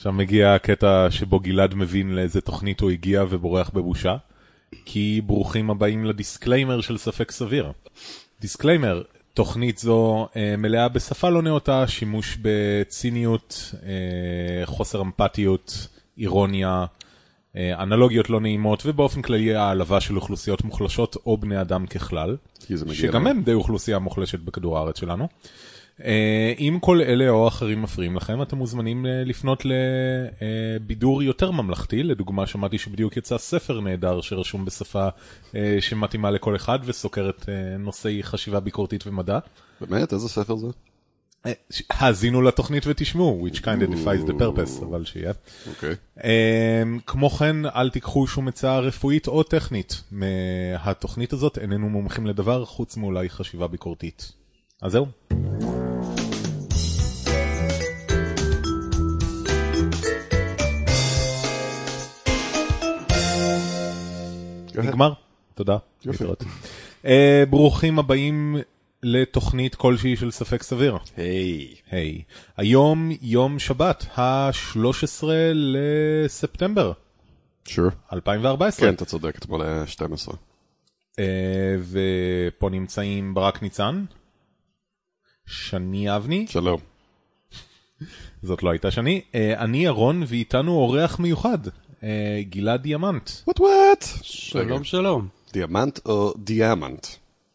עכשיו מגיע הקטע שבו גלעד מבין לאיזה תוכנית הוא הגיע ובורח בבושה, כי ברוכים הבאים לדיסקליימר של ספק סביר. דיסקליימר, תוכנית זו מלאה בשפה לא נאותה, שימוש בציניות, חוסר אמפתיות, אירוניה, אנלוגיות לא נעימות, ובאופן כללי העלבה של אוכלוסיות מוחלשות או בני אדם ככלל, שגם הם די אוכלוסייה מוחלשת בכדור הארץ שלנו. אם כל אלה או אחרים מפריעים לכם, אתם מוזמנים לפנות לבידור יותר ממלכתי. לדוגמה, שמעתי שבדיוק יצא ספר נהדר שרשום בשפה שמתאימה לכל אחד וסוקרת נושאי חשיבה ביקורתית ומדע. באמת? איזה ספר זה? האזינו לתוכנית ותשמעו, which kind of defies the purpose, אבל שיהיה. אוקיי. כמו כן, אל תיקחו שום הצעה רפואית או טכנית מהתוכנית הזאת, איננו מומחים לדבר חוץ מאולי חשיבה ביקורתית. אז זהו. נגמר? תודה. ברוכים הבאים לתוכנית כלשהי של ספק סביר. היי. היום יום שבת, ה-13 לספטמבר. 2014. כן, אתה צודק, אתמול היה 12. ופה נמצאים ברק ניצן, שני אבני. שלום. זאת לא הייתה שני. אני ירון, ואיתנו אורח מיוחד, גלעד דיאמנט. what? שלום, שלום. דיאמנט או דיאמנט?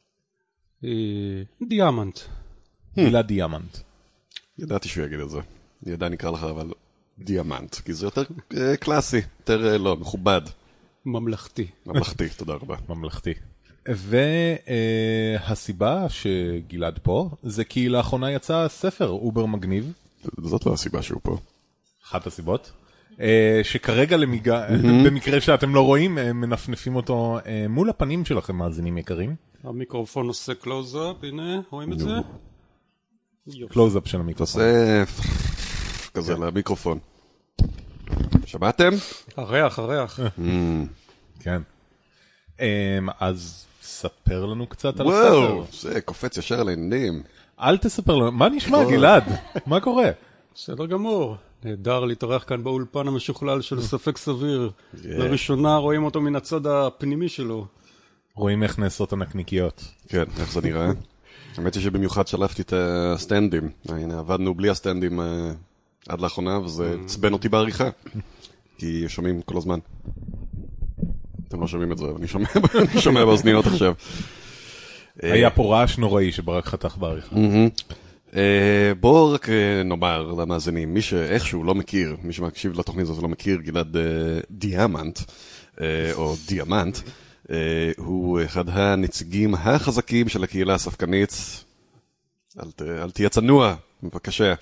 דיאמנט. גלעד דיאמנט. ידעתי שהוא יגיד את זה. אני עדיין נקרא לך אבל דיאמנט, כי זה יותר קלאסי, יותר לא, מכובד. ממלכתי. ממלכתי, תודה רבה. ממלכתי. והסיבה שגלעד פה, זה כי לאחרונה יצא ספר אובר מגניב. זאת לא הסיבה שהוא פה. אחת הסיבות. שכרגע במקרה שאתם לא רואים, מנפנפים אותו מול הפנים שלכם, מאזינים יקרים. המיקרופון עושה קלוז-אפ, הנה, רואים את זה? קלוז-אפ של המיקרופון. עושה כזה למיקרופון. שמעתם? הריח. כן. אז ספר לנו קצת על הספר. וואו, זה קופץ ישר על העניינים. אל תספר לנו, מה נשמע גלעד? מה קורה? בסדר גמור. נהדר להתארח כאן באולפן המשוכלל של ספק סביר. לראשונה רואים אותו מן הצד הפנימי שלו. רואים איך נעשות הנקניקיות. כן, איך זה נראה? האמת היא שבמיוחד שלפתי את הסטנדים. הנה, עבדנו בלי הסטנדים עד לאחרונה, וזה צבן אותי בעריכה. כי שומעים כל הזמן. אתם לא שומעים את זה, אבל אני שומע באוזניות עכשיו. היה פה רעש נוראי שברק חתך בעריכה. בואו רק נאמר למאזינים, מי שאיכשהו לא מכיר, מי שמקשיב לתוכנית הזאת לא מכיר, גלעד דיאמנט, או דיאמנט, הוא אחד הנציגים החזקים של הקהילה הספקנית. אל תהיה צנוע, בבקשה.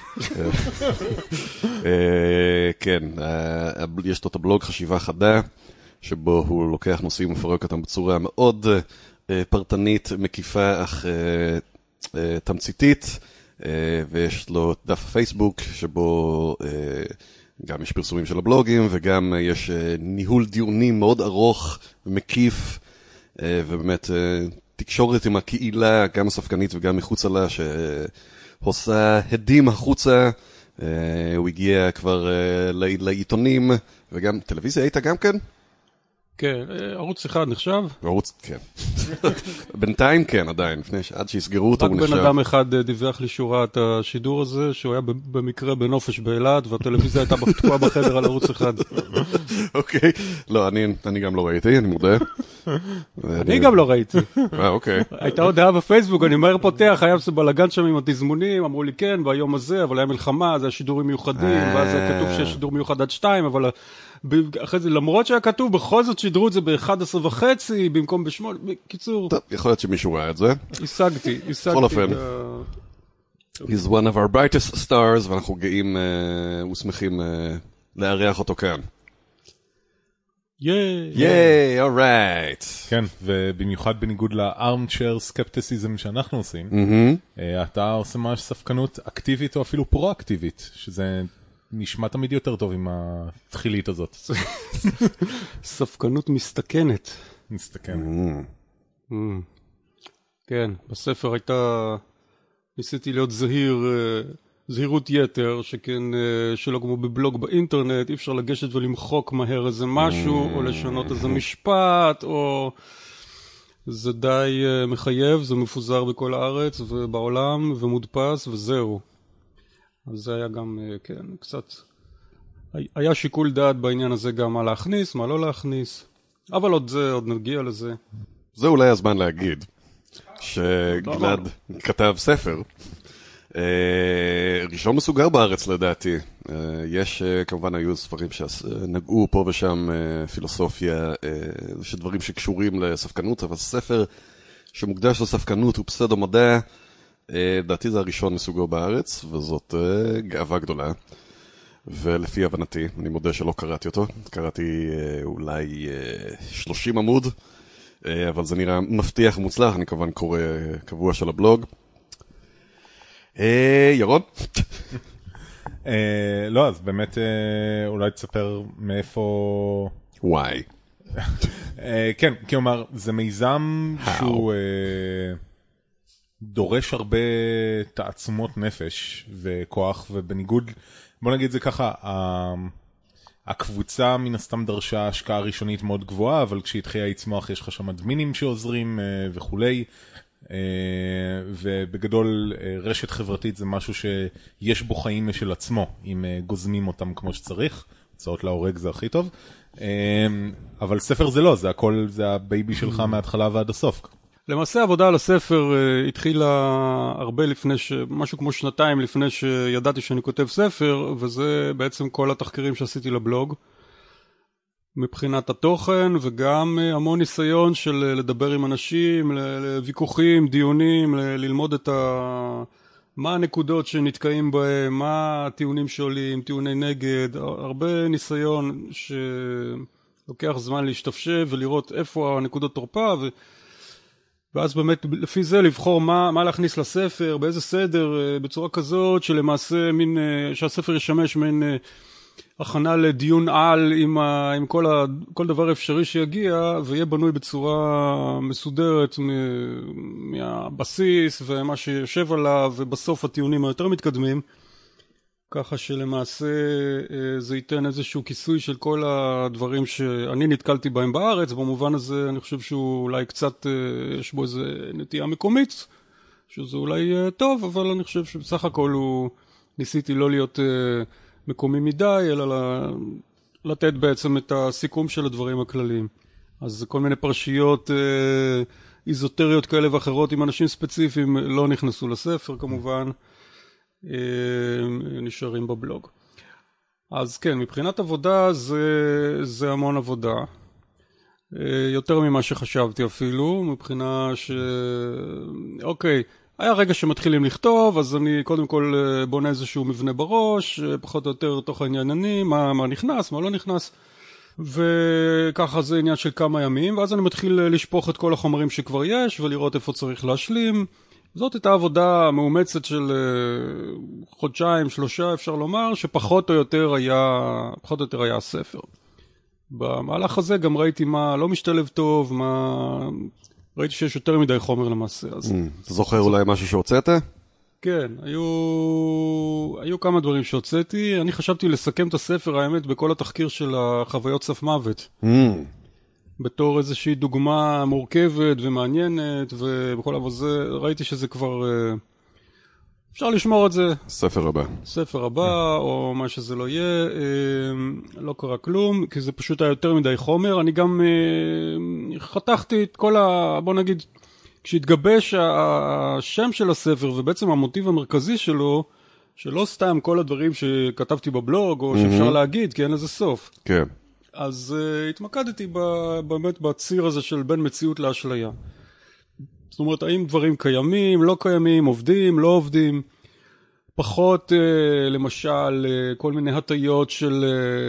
כן, יש לו את הבלוג חשיבה חדה, שבו הוא לוקח נושאים ומפרק אותם בצורה מאוד פרטנית, מקיפה, אך תמציתית, ויש לו דף הפייסבוק, שבו גם יש פרסומים של הבלוגים, וגם יש ניהול דיונים מאוד ארוך ומקיף, ובאמת תקשורת עם הקהילה, גם הספקנית וגם מחוצה לה, שעושה הדים החוצה. הוא הגיע כבר לעיתונים, וגם טלוויזיה הייתה גם כן? כן, ערוץ אחד נחשב? ערוץ, כן. בינתיים כן, עדיין, עד שיסגרו אותו הוא נחשב. רק בן אדם אחד דיווח לי שורת השידור הזה, שהוא היה במקרה בנופש באילת, והטלוויזיה הייתה תקועה בחדר על ערוץ אחד. אוקיי, לא, אני גם לא ראיתי, אני מודה. אני גם לא ראיתי. אוקיי. הייתה הודעה בפייסבוק, אני מהר פותח, היה בלגן שם עם התזמונים, אמרו לי כן, ביום הזה, אבל היה מלחמה, זה היה שידורים מיוחדים, ואז כתוב שיש שידור מיוחד עד 2, אבל אחרי זה, למרות שהיה כתוב, בכל זאת שידרו את זה ב-11:30, במקום ב-8, בקיצור. טוב, יכול להיות שמישהו ראה את זה. השגתי. בכל אופן. He's one of our brightest stars, ואנחנו גאים ושמחים לארח אותו כאן. ייי, alright. כן, ובמיוחד בניגוד ל-armchair skepticism שאנחנו עושים, אתה עושה ממש ספקנות אקטיבית או אפילו פרו-אקטיבית, שזה נשמע תמיד יותר טוב עם התחילית הזאת. ספקנות מסתכנת. מסתכנת. כן, בספר ניסיתי להיות זהיר זהירות יתר, שכן שלא כמו בבלוג באינטרנט, אי אפשר לגשת ולמחוק מהר איזה משהו, או לשנות איזה משפט, או... זה די מחייב, זה מפוזר בכל הארץ ובעולם, ומודפס, וזהו. אז זה היה גם, כן, קצת... היה שיקול דעת בעניין הזה גם מה להכניס, מה לא להכניס, אבל עוד נגיע לזה. זה אולי הזמן להגיד, שגלעד כתב ספר, ראשון מסוגר בארץ לדעתי. יש, כמובן היו ספרים שנגעו פה ושם פילוסופיה, שדברים שקשורים לספקנות, אבל ספר שמוקדש לספקנות הוא פסדו מדע, לדעתי זה הראשון מסוגו בארץ, וזאת גאווה גדולה. ולפי הבנתי, אני מודה שלא קראתי אותו, קראתי אולי 30 עמוד, אבל זה נראה מבטיח ומוצלח, אני כמובן קורא קבוע של הבלוג. ירון? לא, אז באמת אולי תספר מאיפה... וואי. כן, כלומר, זה מיזם שהוא דורש הרבה תעצומות נפש וכוח, ובניגוד, בוא נגיד זה ככה, הקבוצה מן הסתם דרשה השקעה ראשונית מאוד גבוהה, אבל כשהתחילה לצמוח יש לך שם אדמינים שעוזרים וכולי, ובגדול רשת חברתית זה משהו שיש בו חיים משל עצמו, אם גוזמים אותם כמו שצריך, הצעות להורג זה הכי טוב, אבל ספר זה לא, זה הכל, זה הבייבי שלך מההתחלה ועד הסוף. למעשה העבודה על הספר התחילה הרבה לפני, משהו כמו שנתיים לפני שידעתי שאני כותב ספר, וזה בעצם כל התחקירים שעשיתי לבלוג, מבחינת התוכן, וגם המון ניסיון של לדבר עם אנשים, לוויכוחים, דיונים, ללמוד מה הנקודות שנתקעים בהם, מה הטיעונים שעולים, טיעוני נגד, הרבה ניסיון שלוקח זמן להשתפשף ולראות איפה הנקודות תורפה, ואז באמת לפי זה לבחור מה להכניס לספר, באיזה סדר, בצורה כזאת שלמעשה שהספר ישמש מין הכנה לדיון על עם כל דבר אפשרי שיגיע, ויהיה בנוי בצורה מסודרת מהבסיס ומה שיושב עליו, ובסוף הטיעונים היותר מתקדמים, ככה שלמעשה זה ייתן איזשהו כיסוי של כל הדברים שאני נתקלתי בהם בארץ. במובן הזה אני חושב שהוא אולי קצת, יש בו איזו נטייה מקומית, שזה אולי טוב, אבל אני חושב שבסך הכל ניסיתי לא להיות מקומי מדי, אלא לתת בעצם את הסיכום של הדברים הכלליים. אז כל מיני פרשיות איזוטריות כאלה ואחרות עם אנשים ספציפיים לא נכנסו לספר כמובן, נשארים בבלוג. אז כן, מבחינת עבודה זה המון עבודה, יותר ממה שחשבתי אפילו, מבחינה אוקיי, היה רגע שמתחילים לכתוב, אז אני קודם כל בונה איזשהו מבנה בראש, פחות או יותר תוך העניינני, מה נכנס, מה לא נכנס, וככה זה עניין של כמה ימים, ואז אני מתחיל לשפוך את כל החומרים שכבר יש, ולראות איפה צריך להשלים. זאת הייתה עבודה מאומצת של חודשיים, 3 אפשר לומר, שפחות או יותר היה הספר. במהלך הזה גם ראיתי מה לא משתלב טוב, ראיתי שיש יותר מדי חומר למעשה. אתה זוכר אולי משהו שהוצאת? כן, היו כמה דברים שהוצאתי. אני חשבתי לסכם את הספר, האמת, בכל התחקיר של החוויות סף מוות. בתור איזושהי דוגמה מורכבת ומעניינת, ובכל הזה ראיתי שזה כבר... אפשר לשמור את זה. ספר הבא, או מה שזה לא יהיה. לא קרה כלום, כי זה פשוט היה יותר מדי חומר. אני גם חתכתי את כל בוא נגיד, כשהתגבש השם של הספר, ובעצם המוטיב המרכזי שלו, שלא סתם כל הדברים שכתבתי בבלוג, או שאפשר להגיד, כי אין לזה סוף. כן. אז התמקדתי באמת בציר הזה של בין מציאות לאשליה. זאת אומרת, האם דברים קיימים, לא קיימים, עובדים, לא עובדים, פחות למשל כל מיני הטיות של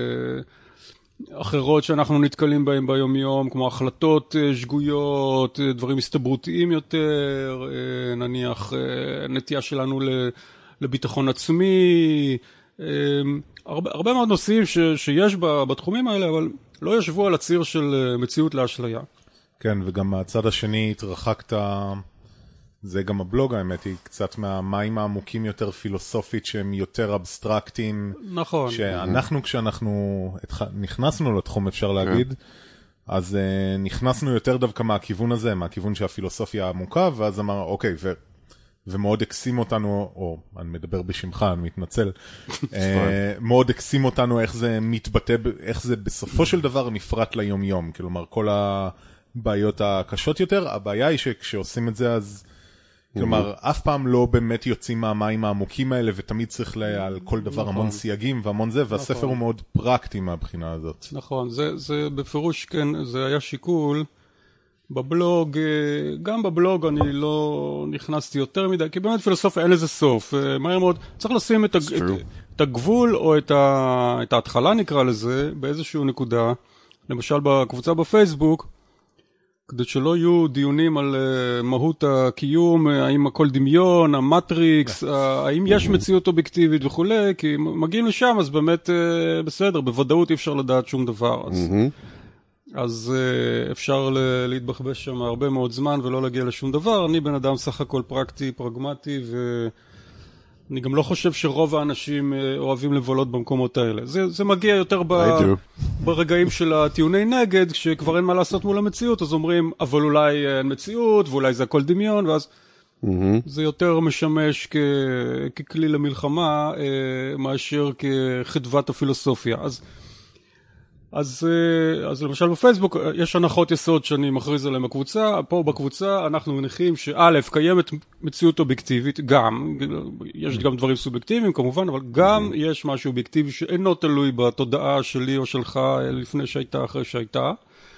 אחרות שאנחנו נתקלים בהם ביום יום, כמו החלטות שגויות, דברים הסתברותיים יותר, נניח נטייה שלנו לביטחון עצמי, הרבה מאוד נושאים שיש בתחומים האלה, אבל לא ישבו על הציר של מציאות לאשליה. כן, וגם מהצד השני התרחקת זה גם הבלוג, האמת היא, קצת מהמים העמוקים יותר פילוסופית, שהם יותר אבסטרקטיים. נכון. שאנחנו, כשאנחנו נכנסנו לתחום, אפשר להגיד, אז נכנסנו יותר דווקא מהכיוון הזה, מהכיוון שהפילוסופיה עמוקה, ואז אמר, אוקיי, ומאוד הקסים אותנו, או אני מדבר בשמך, אני מתנצל, מאוד הקסים אותנו איך זה מתבטא, איך זה בסופו של דבר נפרט ליום-יום, כלומר כל הבעיות הקשות יותר, הבעיה היא שכשעושים את זה אז, כלומר אף פעם לא באמת יוצאים מהמים העמוקים האלה, ותמיד צריך על כל דבר המון סייגים והמון זה, והספר הוא מאוד פרקטי מהבחינה הזאת. נכון, זה בפירוש כן, זה היה שיקול, בבלוג, גם בבלוג אני לא נכנסתי יותר מדי, כי באמת פילוסופיה אין לזה סוף. מהר מאוד, צריך לשים את הגבול או את ההתחלה נקרא לזה, באיזשהו נקודה, למשל בקבוצה בפייסבוק, כדי שלא יהיו דיונים על מהות הקיום, האם הכל דמיון, המטריקס, האם יש מציאות אובייקטיבית וכו', כי מגיעים לשם אז באמת בסדר, בוודאות אי אפשר לדעת שום דבר. אז אפשר להתבחבש שם הרבה מאוד זמן ולא להגיע לשום דבר. אני בן אדם סך הכל פרקטי, פרגמטי, ואני גם לא חושב שרוב האנשים אוהבים לבלות במקומות האלה. זה מגיע יותר ברגעים של הטיעוני נגד, כשכבר אין מה לעשות מול המציאות, אז אומרים, אבל אולי אין מציאות, ואולי זה הכל דמיון, ואז זה יותר משמש ככלי למלחמה, מאשר כחדוות הפילוסופיה. אז למשל בפייסבוק יש הנחות יסוד שאני מכריז עליהן בקבוצה, פה בקבוצה אנחנו מניחים שא' קיימת מציאות אובייקטיבית, גם, יש גם דברים סובייקטיביים כמובן, אבל גם יש משהו אובייקטיבי שאינו תלוי בתודעה שלי או שלך לפני שהייתה, אחרי שהייתה.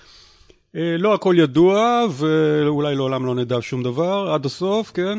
לא הכל ידוע, ואולי לעולם לא נדע שום דבר עד הסוף, כן?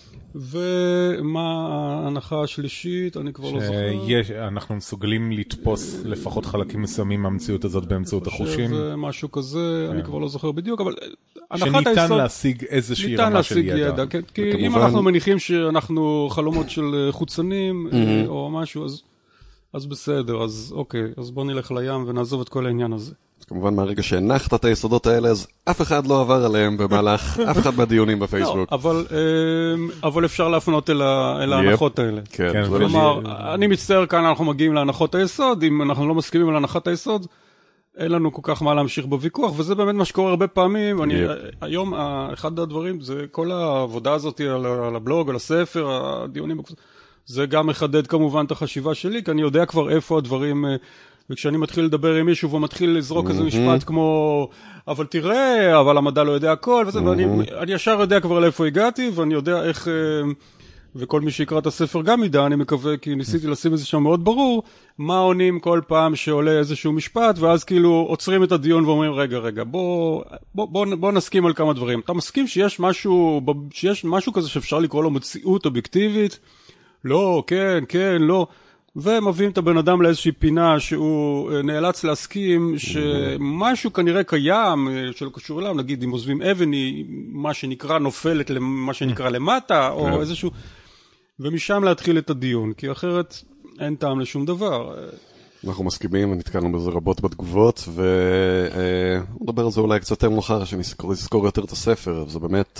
ומה ההנחה השלישית, אני כבר לא זוכר. אנחנו מסוגלים לתפוס לפחות חלקים מסוימים מהמציאות הזאת באמצעות החושים. זה משהו כזה, אני כבר לא זוכר בדיוק, אבל שניתן להשיג איזושהי רמה של ידע. כי אם אנחנו מניחים שאנחנו חלומות של חוצנים או משהו, אז בסדר, אז אוקיי, אז בוא נלך לים ונעזוב את כל העניין הזה. כמובן מהרגע שהנחת את היסודות האלה, אז אף אחד לא עבר עליהם במהלך, אף אחד מהדיונים בפייסבוק. אבל אפשר להפנות אל ההנחות האלה. כלומר, אני מצטער כאן אנחנו מגיעים להנחות היסוד, אם אנחנו לא מסכימים על הנחת היסוד, אין לנו כל כך מה להמשיך בוויכוח, וזה באמת מה שקורה הרבה פעמים. היום, אחד הדברים, זה כל העבודה הזאת על הבלוג, על הספר, הדיונים, זה גם מחדד כמובן את החשיבה שלי, כי אני יודע כבר איפה הדברים... וכשאני מתחיל לדבר עם מישהו ומתחיל לזרוק איזה משפט כמו אבל תראה, אבל המדע לא יודע הכל וזה, ואני ישר יודע כבר לאיפה הגעתי ואני יודע איך, וכל מי שיקרא את הספר גם ידע, אני מקווה, כי ניסיתי לשים את זה שם מאוד ברור, מה עונים כל פעם שעולה איזשהו משפט, ואז כאילו עוצרים את הדיון ואומרים רגע, בוא נסכים על כמה דברים. אתה מסכים שיש משהו כזה שאפשר לקרוא לו מציאות אובייקטיבית? לא, כן, לא. ומביאים את הבן אדם לאיזושהי פינה שהוא נאלץ להסכים שמשהו כנראה קיים שלא קשור אליו, נגיד אם עוזבים אבן היא מה שנקרא נופלת למה שנקרא למטה או איזשהו, ומשם להתחיל את הדיון, כי אחרת אין טעם לשום דבר. אנחנו מסכימים ונתקלנו בזה רבות בתגובות, ונדבר על זה אולי קצת יותר מאוחר שנזכור יותר את הספר. זה באמת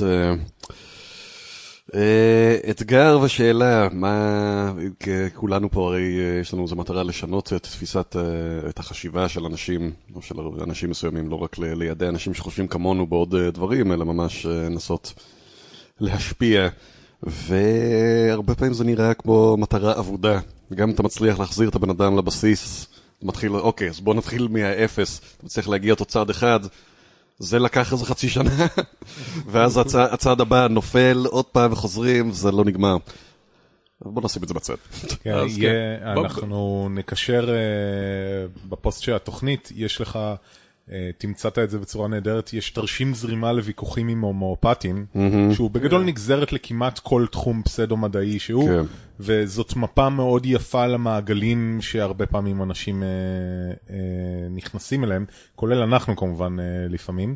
אתגר ושאלה, מה, כולנו פה הרי יש לנו איזו מטרה לשנות את תפיסת, את החשיבה של אנשים, או של אנשים מסוימים, לא רק לידי אנשים שחושבים כמונו בעוד דברים, אלא ממש לנסות להשפיע, והרבה פעמים זה נראה כמו מטרה עבודה, גם אם אתה מצליח להחזיר את הבן אדם לבסיס, מתחיל, אוקיי, אז בוא נתחיל מהאפס, אתה צריך להגיע אותו צעד אחד, זה לקח איזה חצי שנה, ואז הצעד הבא נופל עוד פעם וחוזרים, זה לא נגמר. בוא נשים את זה בצד. אנחנו נקשר בפוסט של התוכנית, יש לך, תמצאת את זה בצורה נהדרת, יש תרשים זרימה לוויכוחים עם הומאופטים, שהוא בגדול נגזרת לכמעט כל תחום פסדו-מדעי שהוא, וזאת מפה מאוד יפה למעגלים שהרבה פעמים אנשים נכנסים אליהם, כולל אנחנו כמובן לפעמים.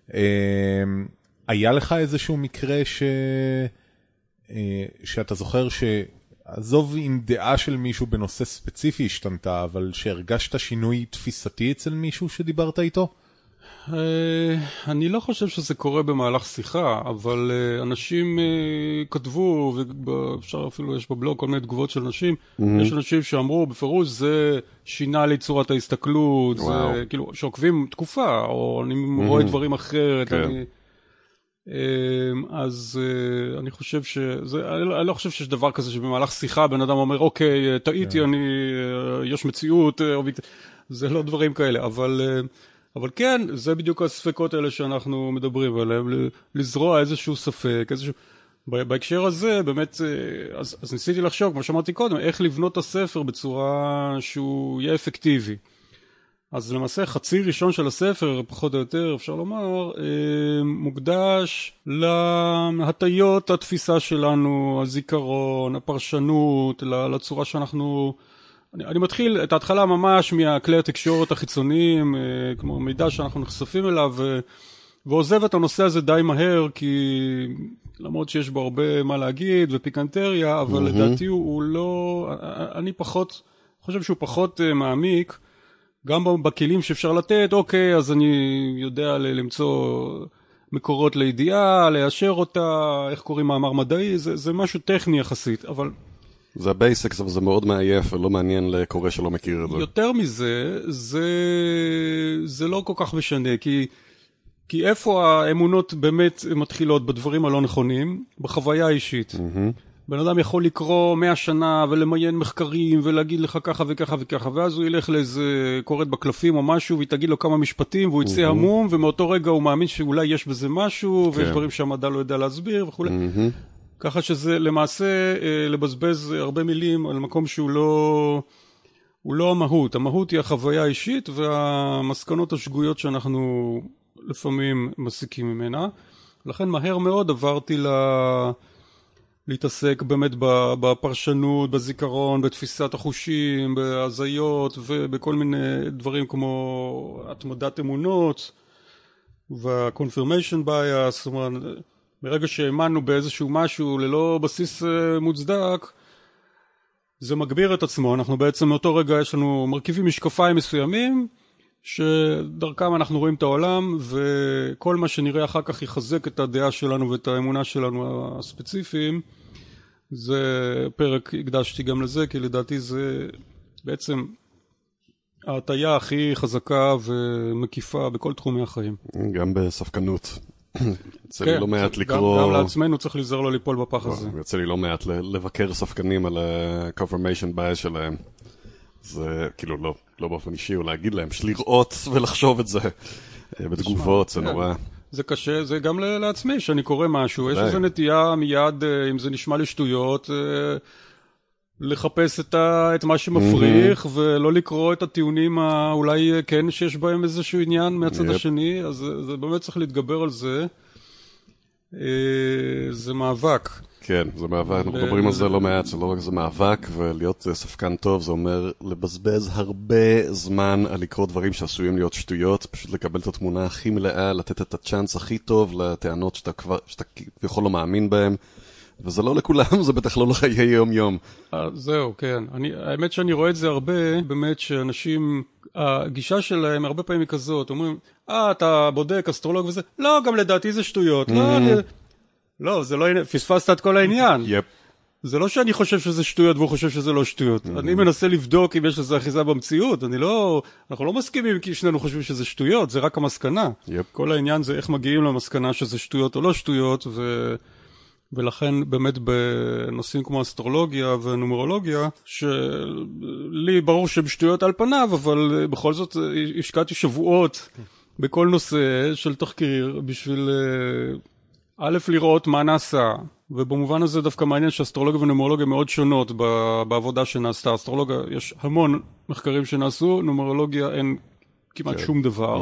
היה לך איזשהו מקרה שאתה זוכר שעזוב עם דעה של מישהו בנושא ספציפי השתנתה, אבל שהרגשת שינוי תפיסתי אצל מישהו שדיברת איתו? אני לא חושב שזה קורה במהלך שיחה, אבל אנשים כתבו, ואפשר אפילו, יש בבלוג כל מיני תגובות של אנשים, יש אנשים שאמרו בפירוש, זה שינה לי צורת ההסתכלות, זה כאילו, שעוקבים תקופה, או אני רואה דברים אחרת, אז אני חושב אני לא חושב שיש דבר כזה שבמהלך שיחה בן אדם אומר, אוקיי, טעיתי, יש מציאות, זה לא דברים כאלה, אבל כן, זה בדיוק הספקות האלה שאנחנו מדברים עליהם, לזרוע איזשהו ספק, בהקשר הזה, באמת, אז ניסיתי לחשוב, כמו שאמרתי קודם, איך לבנות את הספר בצורה שהוא יהיה אפקטיבי. אז למעשה חצי ראשון של הספר, פחות או יותר, אפשר לומר, מוקדש להטיות התפיסה שלנו, הזיכרון, הפרשנות, לצורה שאנחנו... אני מתחיל את ההתחלה ממש מהכלי התקשורת החיצוניים, כמו מידע שאנחנו נחשפים אליו, ועוזב את הנושא הזה די מהר, כי למרות שיש בו הרבה מה להגיד ופיקנטריה, אבל לדעתי הוא לא... אני חושב שהוא פחות מעמיק, גם בכלים שאפשר לתת, אוקיי, אז אני יודע למצוא מקורות לידיעה, לאשר אותה, איך קוראים מאמר מדעי, זה משהו טכני יחסית, אבל... זה הבייסקס, אבל זה מאוד מעייף ולא מעניין לקורא שלא מכיר את זה. יותר מזה, זה לא כל כך משנה, כי איפה האמונות באמת מתחילות בדברים הלא נכונים? בחוויה האישית. בן אדם יכול לקרוא 100 שנה ולמיין מחקרים ולהגיד לך ככה וככה וככה, ואז הוא ילך לאיזה קוראת בקלפים או משהו, והיא תגיד לו כמה משפטים, והוא יצא המום, ומאותו רגע הוא מאמין שאולי יש בזה משהו, ויש דברים שהמדע לא יודע להסביר וכו'. ככה שזה למעשה לבזבז הרבה מילים על מקום שהוא לא המהות. המהות היא החוויה האישית והמסקנות השגויות שאנחנו לפעמים מסיקים ממנה. לכן מהר מאוד עברתי להתעסק באמת בפרשנות, בזיכרון, בתפיסת החושים, בהזיות ובכל מיני דברים כמו התמדת אמונות וה-confirmation bias, זאת אומרת, ברגע שהאמנו באיזשהו משהו ללא בסיס מוצדק, זה מגביר את עצמו. אנחנו בעצם מאותו רגע יש לנו מרכיבים משקפיים מסוימים, שדרכם אנחנו רואים את העולם, וכל מה שנראה אחר כך יחזק את הדעה שלנו ואת האמונה שלנו הספציפיים. זה פרק הקדשתי גם לזה, כי לדעתי זה בעצם ההטיה הכי חזקה ומקיפה בכל תחומי החיים. גם בספקנות. יצא לי לא מעט לקרוא... גם לעצמנו צריך להיזהר לא ליפול בפח הזה. יצא לי לא מעט לבקר ספקנים על ה-confirmation bias שלהם. זה כאילו לא באופן אישי, או להגיד להם, לראות ולחשוב את זה בתגובות, זה נורא. זה קשה, זה גם לעצמי, שאני קורא משהו, יש איזו נטייה מיד, אם זה נשמע לי שטויות, לחפש את מה שמפריך, ולא לקרוא את הטיעונים אולי כן שיש בהם איזשהו עניין מהצד השני, אז זה באמת צריך להתגבר על זה. זה מאבק. כן, זה מאבק, אנחנו מדברים על זה לא מעט, זה לא רק זה מאבק, ולהיות ספקן טוב זה אומר לבזבז הרבה זמן על לקרוא דברים שעשויים להיות שטויות, פשוט לקבל את התמונה הכי מלאה, לתת את הצ'אנס הכי טוב לטענות שאתה יכול לא מאמין בהן, וזה לא לכולם, זה בטח לא לחיי יום-יום. זהו, כן. האמת שאני רואה את זה הרבה, באמת שאנשים, הגישה שלהם הרבה פעמים היא כזאת, אומרים, אתה בודק, אסטרולוג וזה, לא, גם לדעתי זה שטויות, לא, זה לא, פספסת את כל העניין. זה לא שאני חושב שזה שטויות והוא חושב שזה לא שטויות. אני מנסה לבדוק אם יש לזה אחיזה במציאות. אנחנו לא מסכימים כי שנינו חושבים שזה שטויות, זה רק המסקנה. כל העניין זה איך מגיעים למסקנה שזה שטויות או לא שטויות, ולכן באמת בנושאים כמו אסטרולוגיה ונומרולוגיה, שלי ברור שהם שטויות על פניו, אבל בכל זאת השקעתי שבועות בכל נושא של תחקיר בשביל א' לראות מה נעשה, ובמובן הזה דווקא מעניין שאסטרולוגיה ונומרולוגיה מאוד שונות בעבודה שנעשתה. אסטרולוגיה יש המון מחקרים שנעשו, נומרולוגיה אין כמעט שום דבר,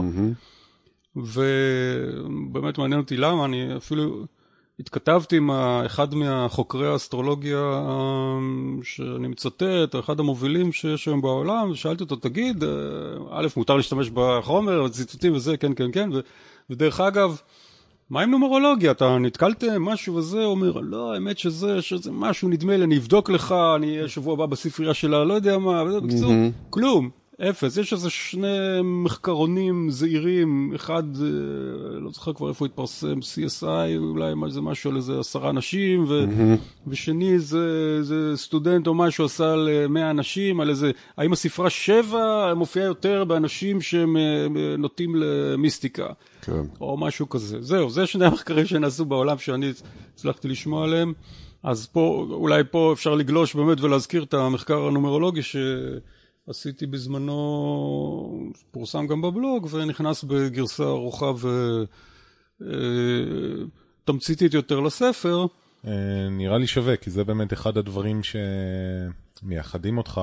ובאמת מעניין אותי למה, אני אפילו התכתבתי עם אחד מהחוקרי האסטרולוגיה שאני מצטט, אחד המובילים שיש היום בעולם, ושאלתי אותו, תגיד, א', מותר להשתמש בחומר, ציטוטים וזה, כן, כן, כן, ודרך אגב, מה עם נומרולוגיה? אתה נתקלתם משהו וזה? הוא אומר, לא, האמת שזה משהו נדמה לי, אני אבדוק לך, אני אהיה שבוע הבא בספרייה שלה, לא יודע מה, בקיצור, כלום. אפס. יש איזה שני מחקרונים זעירים, אחד, לא זוכר כבר איפה התפרסם, CSI, אולי זה משהו על איזה 10 אנשים, ושני זה סטודנט או משהו עשה על 100 אנשים, על איזה, האם הספרה 7 מופיעה יותר באנשים שהם נוטים למיסטיקה, כן. או משהו כזה. זהו, זה שני המחקרים שנעשו בעולם שאני הצלחתי לשמוע עליהם. אז פה, אולי פה אפשר לגלוש באמת ולהזכיר את המחקר הנומרולוגי שעשיתי בזמנו, פורסם גם בבלוג, ונכנס בגרסה ארוכה ותמציתית יותר לספר. נראה לי שווה, כי זה באמת אחד הדברים שמייחדים אותך,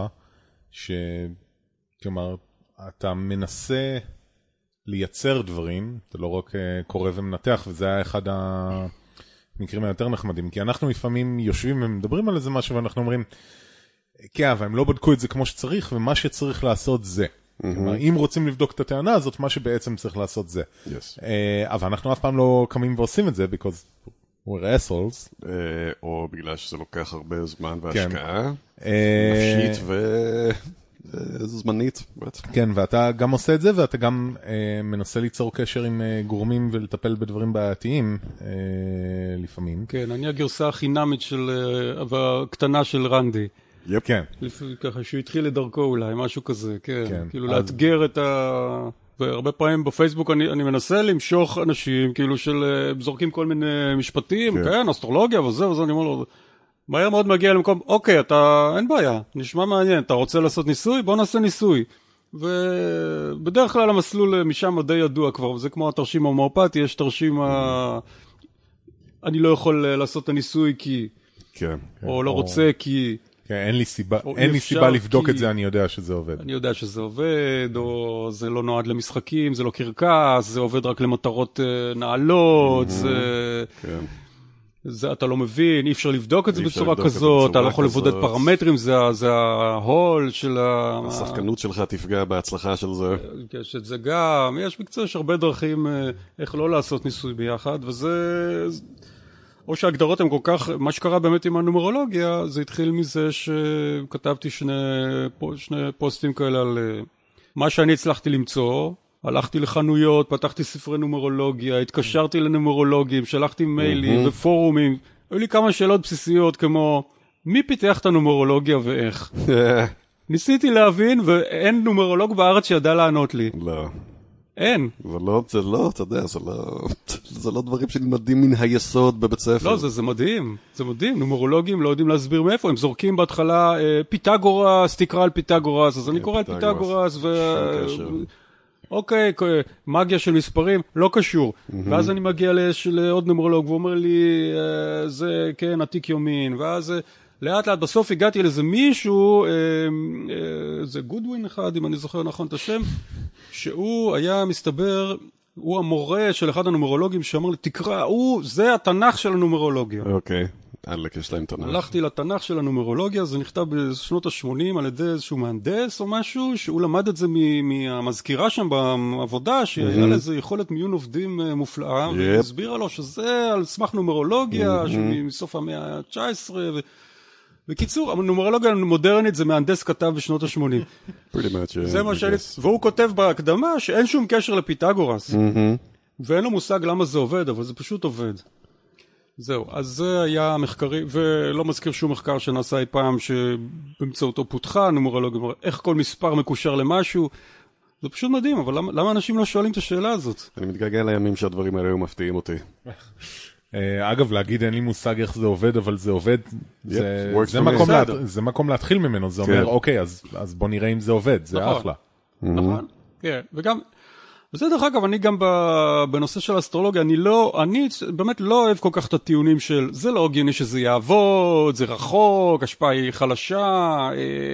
כלומר, אתה מנסה לייצר דברים, אתה לא רק קורא ומנתח, וזה היה אחד המקרים היותר נחמדים, כי אנחנו לפעמים יושבים ומדברים על איזה משהו, ואנחנו אומרים, כן, אבל הם לא בדקו את זה כמו שצריך, ומה שצריך לעשות זה. כלומר, אם רוצים לבדוק את הטענה הזאת, מה שבעצם צריך לעשות זה. אבל אנחנו אף פעם לא קמים ועושים את זה, because we're assholes. או בגלל שזה לוקח הרבה זמן והשקעה, נפשית וזמנית. כן, ואתה גם עושה את זה, ואתה גם מנסה ליצור קשר עם גורמים ולטפל בדברים בעייתיים לפעמים. כן, אני הגרסה החינמית והקטנה של רנדי. כן. ככה שהוא התחיל לדרכו אולי, משהו כזה, כן. כאילו לאתגר את ה... והרבה פעמים בפייסבוק אני מנסה למשוך אנשים, כאילו זורקים כל מיני משפטים, כן, אסטרולוגיה וזה, אני אומר לו, מהר מאוד מגיע למקום, אוקיי, אין בעיה, נשמע מעניין, אתה רוצה לעשות ניסוי? בוא נעשה ניסוי. ובדרך כלל המסלול משם די ידוע כבר, זה כמו התרשים ההומאופתי, יש תרשים אני לא יכול לעשות את הניסוי כי, או לא רוצה כי... אין לי סיבה לבדוק את זה, אני יודע שזה עובד. אני יודע שזה עובד, או זה לא נועד למשחקים, זה לא קרקס, זה עובד רק למטרות נעלות, זה אתה לא מבין, אי אפשר לבדוק את זה בצורה כזאת, אתה לא יכול לבודד פרמטרים, זה ההול של השחקנות שלך תפגע בהצלחה של זה. יש את זה גם, יש בקצוע, יש הרבה דרכים איך לא לעשות ניסוי ביחד, וזה... או שההגדרות הן כל כך, מה שקרה באמת עם הנומרולוגיה, זה התחיל מזה שכתבתי שני פוסטים כאלה על מה שאני הצלחתי למצוא, הלכתי לחנויות, פתחתי ספרי נומרולוגיה, התקשרתי לנומרולוגים, שלחתי מיילים ופורומים, היו לי כמה שאלות בסיסיות כמו, מי פיתח את הנומרולוגיה ואיך? ניסיתי להבין ואין נומרולוג בארץ שידע לענות לי. לא. אין. זה לא, אתה יודע, זה לא דברים שנלמדים מן היסוד בבית ספר. לא, זה מדהים, זה מדהים. נומרולוגים לא יודעים להסביר מאיפה, הם זורקים בהתחלה פיתגורס, תקרא על פיתגורס, אז אני קורא על פיתגורס, אוקיי, מגיה של מספרים, לא קשור. ואז אני מגיע לעוד נומרולוג, והוא אומר לי, זה כן, עתיק יומין, ואז לאט לאט בסוף הגעתי לאיזה מישהו, זה גודווין אחד, אם אני זוכר נכון את השם, שהוא היה מסתבר, הוא המורה של אחד הנומרולוגים שאמר לי, תקרא, זה התנ"ך של הנומרולוגיה. אוקיי, יש להם תנ"ך. הלכתי לתנ"ך של הנומרולוגיה, זה נכתב בשנות ה-80 על ידי איזשהו מהנדס או משהו, שהוא למד את זה מהמזכירה שם בעבודה, שהיה לזה יכולת מיון עובדים מופלאה, והסבירה לו שזה על סמך נומרולוגיה, מסוף המאה ה-19, בקיצור, הנומרולוגיה המודרנית זה מהנדס כתב בשנות ה-80. זה מה שאני... והוא כותב בהקדמה שאין שום קשר לפיתגורס. ואין לו מושג למה זה עובד, אבל זה פשוט עובד. זהו, אז זה היה מחקרי, ולא מזכיר שום מחקר שנעשה אי פעם שבאמצעותו פותחה הנומרולוגיה, איך כל מספר מקושר למשהו. זה פשוט מדהים, אבל למה אנשים לא שואלים את השאלה הזאת? אני מתגעגע לימים שהדברים האלה היו מפתיעים אותי. אגב, להגיד אין לי מושג איך זה עובד, אבל זה עובד, זה מקום להתחיל ממנו, זה אומר, אוקיי, אז בוא נראה אם זה עובד, זה אחלה. נכון, כן, וגם, וזה דרך אגב, אני גם בנושא של אסטרולוגיה, אני באמת לא אוהב כל כך את הטיעונים של, זה לא הגיוני שזה יעבוד, זה רחוק, השפעה היא חלשה,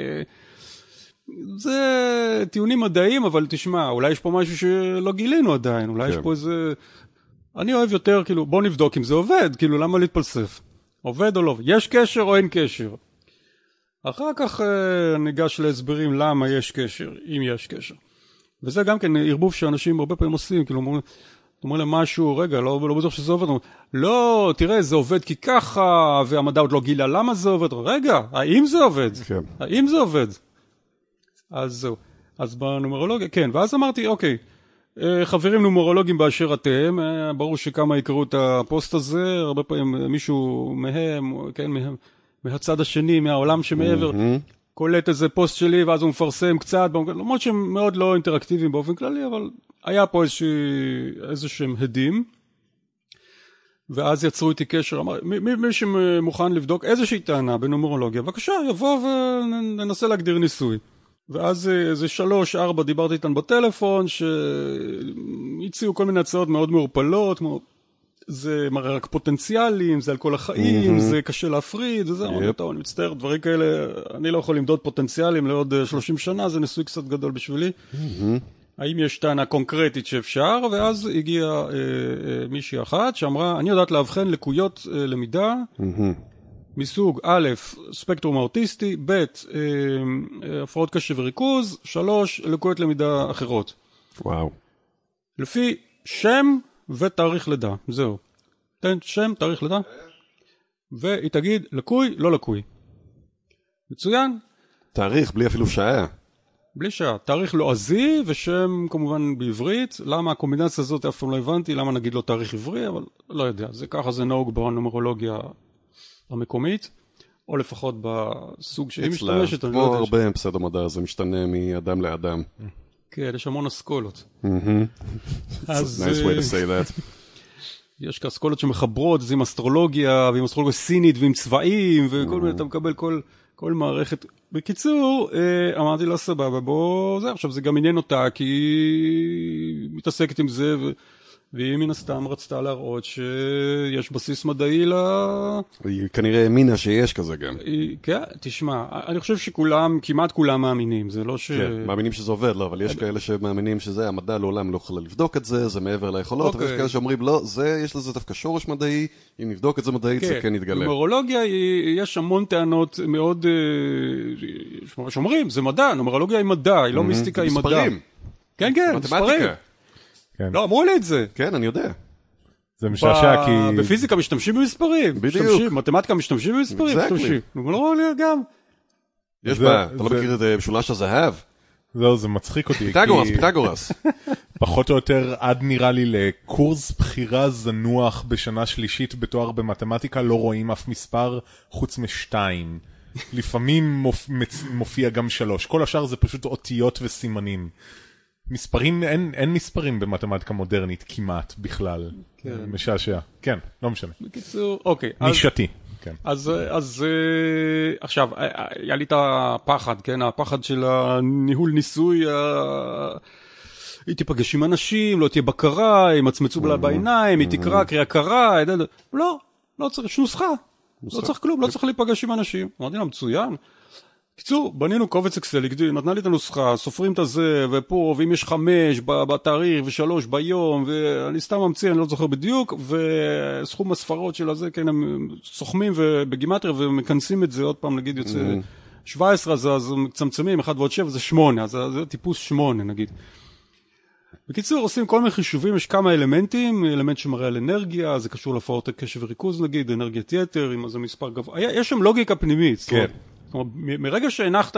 זה טיעונים מדעיים, אבל תשמע, אולי יש פה משהו שלא גילינו עדיין, אולי יש פה איזה... אני אוהב יותר, כאילו, בוא נבדוק אם זה עובד, כאילו, למה להתפלסף? עובד או לא? יש קשר או אין קשר? אחר כך ניגש להסברים למה יש קשר, אם יש קשר. וזה גם כן ערבוב שאנשים הרבה פעמים עושים, כאילו, אומרים להם משהו, רגע, לא בטוח שזה עובד, לא, תראה, זה עובד כי ככה, והמדע עוד לא גילה למה זה עובד, רגע, האם זה עובד? האם זה עובד? אז זהו. אז בנומרולוגיה, כן, ואז אמרתי, אוקיי, חברים נומרולוגים באשר אתם, ברור שכמה יקראו את הפוסט הזה, הרבה פעמים מישהו מהם, כן, מהצד השני, מהעולם שמעבר, קולט איזה פוסט שלי, ואז הוא מפרסם קצת, למרות שהם מאוד לא אינטראקטיביים באופן כללי, אבל היה פה איזה שהם הדים, ואז יצרו איתי קשר, אמר, מי שמוכן לבדוק איזושהי טענה בנומרולוגיה, בבקשה, יבוא וננסה להגדיר ניסוי. ואז איזה 3-4 דיברתי איתן בטלפון, שהציעו כל מיני הצעות מאוד מעורפלות, כמו, זה מראה רק פוטנציאלים, זה על כל החיים, זה קשה להפריד, וזה, אמרתי, טוב, אני מצטער, דברים כאלה, אני לא יכול למדוד פוטנציאלים לעוד 30 שנה, זה ניסוי קצת גדול בשבילי. האם יש טענה קונקרטית שאפשר, ואז הגיעה מישהי אחת שאמרה, אני יודעת להבחן לקויות למידה, מסוג א', ספקטרום האוטיסטי, ב', הפרעות קשב וריכוז, 3, לקויות למידה אחרות. וואו. לפי שם ותאריך לידה, זהו. תן שם, תאריך לידה, והיא תגיד, לקוי, לא לקוי. מצוין. תאריך, בלי אפילו שעה. בלי שעה. תאריך לועזי ושם כמובן בעברית. למה הקומבינציה הזאת אף פעם לא הבנתי, למה נגיד לו תאריך עברי, אבל לא יודע. זה ככה זה נהוג בנומרולוגיה המקומית, או לפחות בסוג שהיא משתמשת. כמו הרבה פסד המדע, זה משתנה מאדם לאדם. כן, יש המון אסכולות. Nice way to say that. יש כאסכולות שמחברות, זה עם אסטרולוגיה, ועם אסטרולוגיה סינית, ועם צבעים, וכל מיני, אתה מקבל כל מערכת. בקיצור, אמרתי לה, סבבה, בוא, זה, עכשיו זה גם עניין אותה, כי היא מתעסקת עם זה, והיא מן הסתם רצתה להראות שיש בסיס מדעי היא כנראה האמינה שיש כזה גם. כן, תשמע, אני חושב שכולם, כמעט כולם מאמינים, זה לא ש... כן, מאמינים שזה עובד, לא, אבל יש כאלה שמאמינים שזה, המדע לעולם לא יכול לבדוק את זה, זה מעבר ליכולות, ויש כאלה שאומרים, לא, יש לזה דווקא שורש מדעי, אם נבדוק את זה מדעית, זה כן יתגלה. נומרולוגיה, יש המון טענות מאוד, שאומרים, זה מדע, נומרולוגיה היא מדע, היא לא מיסטיקה, היא מדע. מספרים. כן, כן, מספרים. לא, אמרו לי את זה. כן, אני יודע. זה משעשע כי... בפיזיקה משתמשים במספרים. בדיוק. מתמטיקה משתמשים במספרים. משתמשים. לא, גם. יש בה, אתה לא מכיר את משולש הזהב? זהו, זה מצחיק אותי. פיתגורס. פחות או יותר עד נראה לי לקורס בחירה זנוח בשנה שלישית בתואר במתמטיקה לא רואים אף מספר חוץ מ2. לפעמים מופיע גם 3. כל השאר זה פשוט אותיות וסימנים. מספרים, אין מספרים במתמטיקה מודרנית כמעט בכלל. משעשע. כן, לא משנה. בקיצור, אוקיי. נישתי. כן. אז עכשיו, היה לי את הפחד, כן? הפחד של הניהול ניסוי, היא תיפגש עם אנשים, לא תהיה בקרה, הם מצמצו לה בעיניים, היא תקרא, קריאה קרה, לא צריך, יש נוסחה. לא צריך כלום, לא צריך להיפגש עם אנשים. אמרתי לה, מצוין. קיצור, בנינו קובץ אקסל, נתנה לי את הנוסחה, סופרים את הזה, ופה, ואם יש 5 בתאריך, ו3 ביום, ואני סתם ממציא, אני לא זוכר בדיוק, וסכום הספרות של הזה, כן, הם סוכמים בגימטריה, ומכנסים את זה, עוד פעם, נגיד, יוצא 17, אז מצמצמים, 1 ועוד 7, זה 8, אז זה טיפוס 8, נגיד. בקיצור, עושים כל מיני חישובים, יש כמה אלמנטים, אלמנט שמראה על אנרגיה, זה קשור להפרעות קשב וריכוז, נגיד, אנרגיית יתר, אם זה מספר גבוה, יש שם לוגיקה פנימית, כן. מרגע שהנחת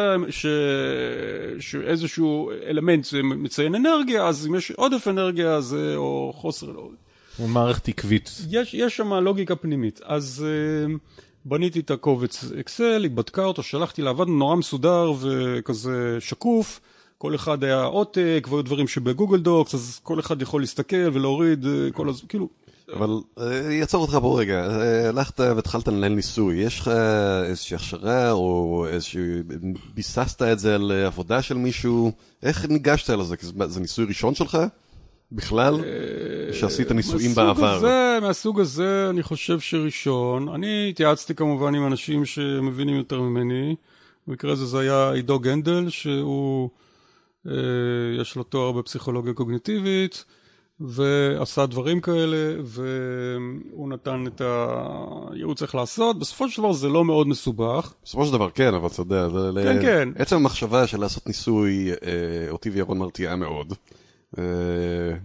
שאיזשהו אלמנט מציין אנרגיה, אז אם יש עודף אנרגיה, או חוסר... מערכת עקבית. יש שם לוגיקה פנימית. אז בניתי את הקובץ אקסל, היא בדקה אותו, שלחתי לה, עבדנו נורא מסודר וכזה שקוף, כל אחד היה עותק, והיו דברים שבגוגל דוקס, אז כל אחד יכול להסתכל ולהוריד, כאילו... אבל יעצור אותך פה רגע, הלכת והתחלת לנהל ניסוי, יש לך איזושהי הכשרה או ביססת את זה על עבודה של מישהו, איך ניגשת לזה? זה ניסוי ראשון שלך? בכלל? שעשית ניסויים בעבר? מהסוג הזה אני חושב שראשון, אני התייעצתי כמובן עם אנשים שמבינים יותר ממני, במקרה הזה זה היה עידו גנדל, שהוא יש לו תואר בפסיכולוגיה קוגניטיבית, ועשה דברים כאלה, והוא נתן את הייעוץ צריך לעשות. בסופו של דבר זה לא מאוד מסובך. בסופו של דבר כן, אבל אתה יודע, כן. עצם המחשבה של לעשות ניסוי, אותי וירון מרתיעה מאוד.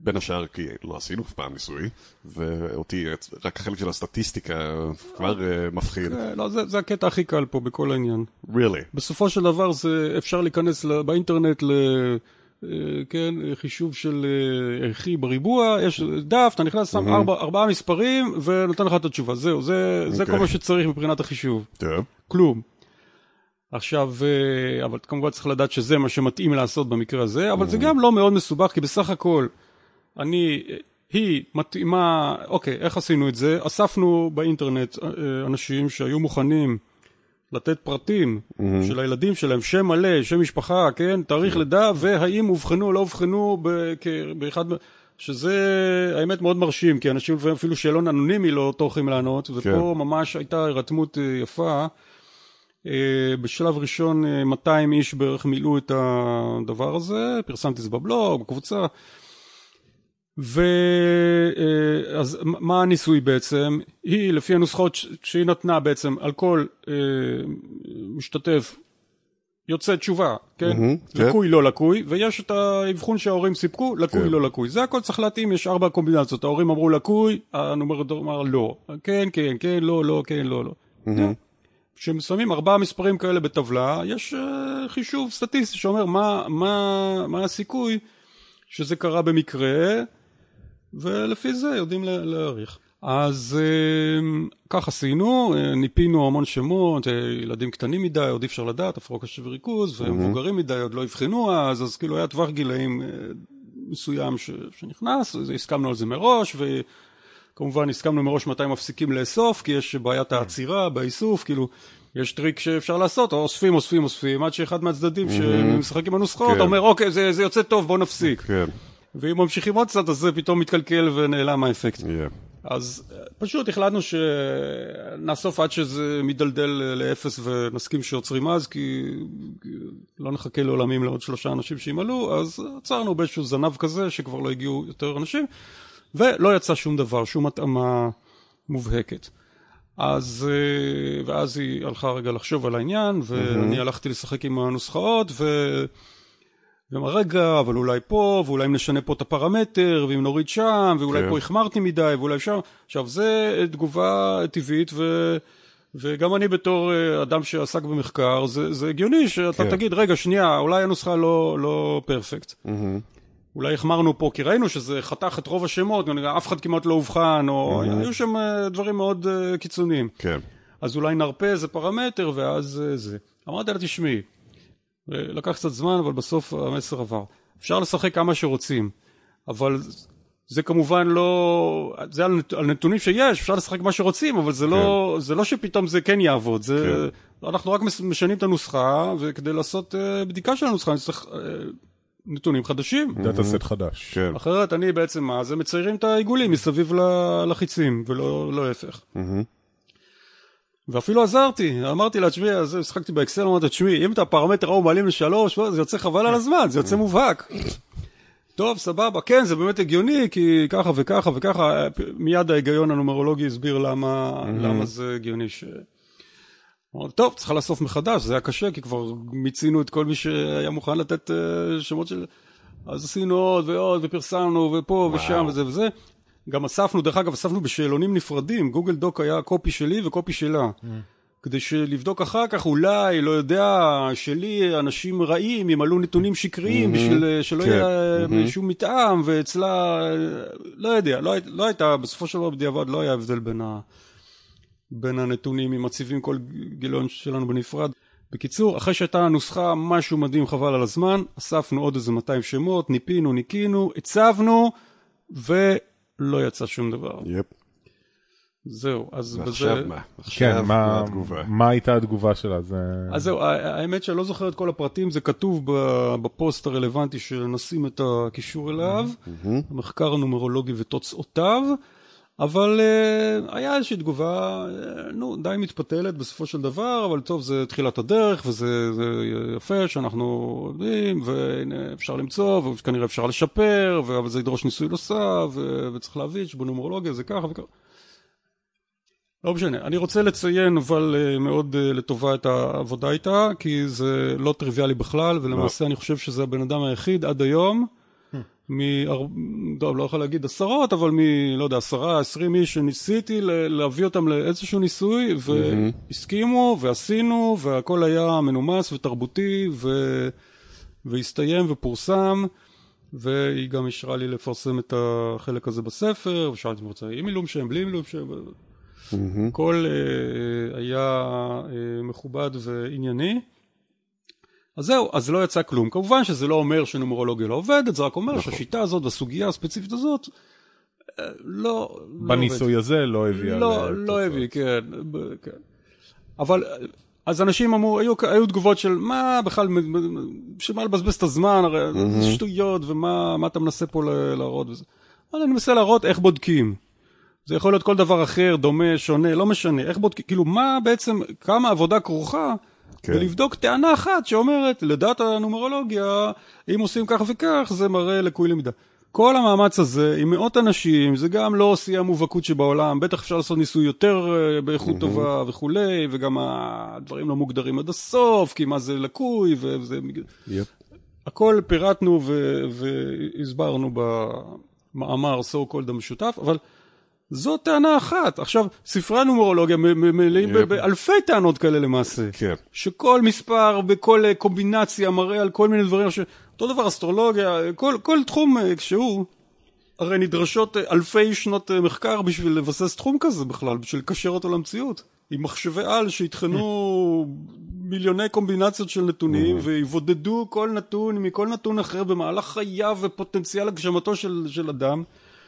בין השאר כי לא עשינו אף פעם ניסוי, ואותי רק החלק של הסטטיסטיקה כבר מפחיד. לא, זה הקטע הכי קל פה בכל העניין. Really? בסופו של דבר אפשר להיכנס באינטרנט כן, חישוב של ערכי בריבוע, יש דף, אתה נכנס, שם 4 מספרים ונותן לך את התשובה, זהו, זה כל מה שצריך מבחינת החישוב. טוב. כלום. עכשיו, אבל כמובן צריך לדעת שזה מה שמתאים לעשות במקרה הזה, אבל זה גם לא מאוד מסובך, כי בסך הכל, היא מתאימה, אוקיי, איך עשינו את זה? אספנו באינטרנט אנשים שהיו מוכנים לתת פרטים של הילדים שלהם, שם מלא, שם משפחה, כן, תאריך לידה, והאם הובחנו או לא הובחנו באחד, שזה האמת מאוד מרשים, כי אנשים אפילו שאלון אנונימי לא טורחים לענות, ופה ממש הייתה הרתמות יפה. בשלב ראשון 200 איש בערך מילאו את הדבר הזה, פרסמתי את זה בבלוג, בקבוצה, אז מה הניסוי בעצם? היא לפי הנוסחאות שהיא נתנה בעצם על כל משתתף יוצא תשובה, כן? לקוי לא לקוי, ויש את האבחון שההורים סיפקו, לקוי לא לקוי. זה הכל צריך להתאים, יש 4 קומבינציות, ההורים אמרו לקוי, הנומרטור אמר לא, כן, כן, כן, לא, לא, כן, לא, לא. כששמים 4 מספרים כאלה בטבלה, יש חישוב סטטיסטי שאומר מה הסיכוי שזה קרה במקרה, ולפי זה יודעים להעריך. אז כך עשינו, ניפינו המון שמות, ילדים קטנים מדי, עוד אי אפשר לדעת, הפרעות קשב וריכוז, ומבוגרים מדי, עוד לא הבחינו אז כאילו היה טווח גילאים מסוים שנכנס, הסכמנו על זה מראש, וכמובן הסכמנו מראש מתי מפסיקים לאסוף, כי יש בעיית העצירה באיסוף, כאילו יש טריק שאפשר לעשות, אוספים, אוספים, אוספים, עד שאחד מהצדדים שמשחק עם הנוסחאות, אומר אוקיי, זה יוצא טוב, בוא נפסיק. ואם ממשיכים עוד קצת, אז זה פתאום מתקלקל ונעלם האפקט. אז פשוט החלטנו שנאסוף עד שזה מדלדל לאפס ונסכים שעוצרים אז, כי לא נחכה לעולמים לעוד 3 אנשים שימלאו, אז עצרנו באיזשהו זנב כזה שכבר לא הגיעו יותר אנשים, ולא יצא שום דבר, שום התאמה מובהקת. ואז היא הלכה רגע לחשוב על העניין, ואני הלכתי לשחק עם הנוסחאות, רגע, אבל אולי פה, ואולי אם נשנה פה את הפרמטר, ואם נוריד שם, ואולי פה החמרתי מדי, ואולי שם. עכשיו, זה תגובה טבעית, וגם אני בתור אדם שעסק במחקר, זה הגיוני שאתה תגיד, רגע, שנייה, אולי הנוסחה לא פרפקט. אולי החמרנו פה, כי ראינו שזה חתך את רוב השמות, אף אחד כמעט לא הובחן, או היו שם דברים מאוד קיצוניים. אז אולי נרפה איזה פרמטר, ואז זה. אמרתי לה, תשמעי, לקח קצת זמן, אבל בסוף המסר עבר. אפשר לשחק כמה שרוצים, אבל זה כמובן לא, זה על נתונים שיש, אפשר לשחק מה שרוצים, אבל זה לא שפתאום זה כן יעבוד, אנחנו רק משנים את הנוסחה, וכדי לעשות בדיקה של הנוסחה, אני צריך נתונים חדשים. דאטה סט חדש. אחרת אני בעצם, זה מציירים את העיגולים מסביב לחיצים, ולא להפך. ואפילו עזרתי, אמרתי לה, תשמעי, אז שחקתי באקסל, אמרתי, תשמעי, אם את הפרמטר ראו מעלים ל3, זה יוצא חבל על הזמן, זה יוצא מובהק. טוב, סבבה, כן, זה באמת הגיוני, כי ככה וככה וככה, מיד ההיגיון הנומרולוגי הסביר למה זה הגיוני טוב, צריכה לאסוף מחדש, זה היה קשה, כי כבר מיצינו את כל מי שהיה מוכן לתת שמות של... אז עשינו עוד ועוד, ופרסמנו, ופה ושם וזה וזה. גם אספנו, דרך אגב, אספנו בשאלונים נפרדים, גוגל דוק היה קופי שלי וקופי שלה. כדי שלבדוק אחר כך, אולי, לא יודע, שלי, אנשים רעים, ימלאו נתונים שקריים, בשביל שלא יהיה שום מטעם, ואצלה, לא יודע, לא הייתה, בסופו של דבר בדיעבד, לא היה הבדל בין הנתונים, אם מציבים כל גיליון שלנו בנפרד. בקיצור, אחרי שהייתה נוסחה משהו מדהים חבל על הזמן, אספנו עוד איזה 200 שמות, ניפינו, ניקינו, הצבנו, ולא יצא שום דבר. זהו, אז ועכשיו בזה... מה? כן, מה התגובה? מה הייתה התגובה שלה? אז זהו, האמת שאני לא זוכר את כל הפרטים, זה כתוב בפוסט הרלוונטי שנשים את הקישור אליו, המחקר הנומרולוגי ותוצאותיו, אבל היה איזושהי תגובה, די מתפתלת בסופו של דבר, אבל טוב, זה תחילת הדרך, וזה יפה שאנחנו יודעים, ואפשר למצוא, וכנראה אפשר לשפר, אבל זה ידרוש ניסוי נוסף, וצריך להבין שבנומרולוגיה זה ככה וככה. לא משנה, אני רוצה לציין אבל מאוד לטובה את העבודה איתה, כי זה לא טריוויאלי בכלל, ולמעשה אני חושב שזה הבן אדם היחיד עד היום, לא יכול להגיד עשרות, אבל לא יודע, 10-20 איש שניסיתי להביא אותם לאיזשהו ניסוי, והסכימו, ועשינו, והכל היה מנומס ותרבותי, והסתיים ופורסם, והיא גם אישרה לי לפרסם את החלק הזה בספר, ושאלתי אם רוצה עם מילום שם, בלי מילום שם, הכל היה מכובד וענייני. אז זהו, אז לא יצא כלום. כמובן שזה לא אומר שנומרולוגיה לא עובדת, זה רק אומר שהשיטה הזאת והסוגיה הספציפית הזאת לא... בניסוי הזה לא הביאה... לא הביא, כן. אבל, אז אנשים אמרו, היו תגובות של מה בכלל, שמה לבזבז את הזמן, הרי זה שטויות, ומה אתה מנסה פה להראות וזה. אבל אני מנסה להראות איך בודקים. זה יכול להיות כל דבר אחר, דומה, שונה, לא משנה. איך בודקים, כאילו מה בעצם, כמה עבודה כרוכה, ולבדוק טענה אחת שאומרת, לדעת הנומרולוגיה, אם עושים כך וכך, זה מראה לקוי למידה. כל המאמץ הזה, עם מאות אנשים, זה גם לא עושה המובהקות שבעולם, בטח אפשר לעשות ניסוי יותר באיכות טובה וכולי, וגם הדברים לא מוגדרים עד הסוף, כי מה זה לקוי, וזה... הכל פירטנו והסברנו במאמר so called המשותף, אבל... זו טענה אחת. עכשיו, ספרי הנומרולוגיה מלאים באלפי טענות כאלה למעשה. כן. שכל מספר, בכל קומבינציה מראה על כל מיני דברים. אותו דבר אסטרולוגיה, כל תחום שהוא, הרי נדרשות אלפי שנות מחקר בשביל לבסס תחום כזה בכלל, בשביל לקשר אותו למציאות. עם מחשבי על שהתחנו מיליוני קומבינציות של נתונים, ויבודדו כל נתון מכל נתון אחר במהלך חייו ופוטנציאל הגשמתו של אדם.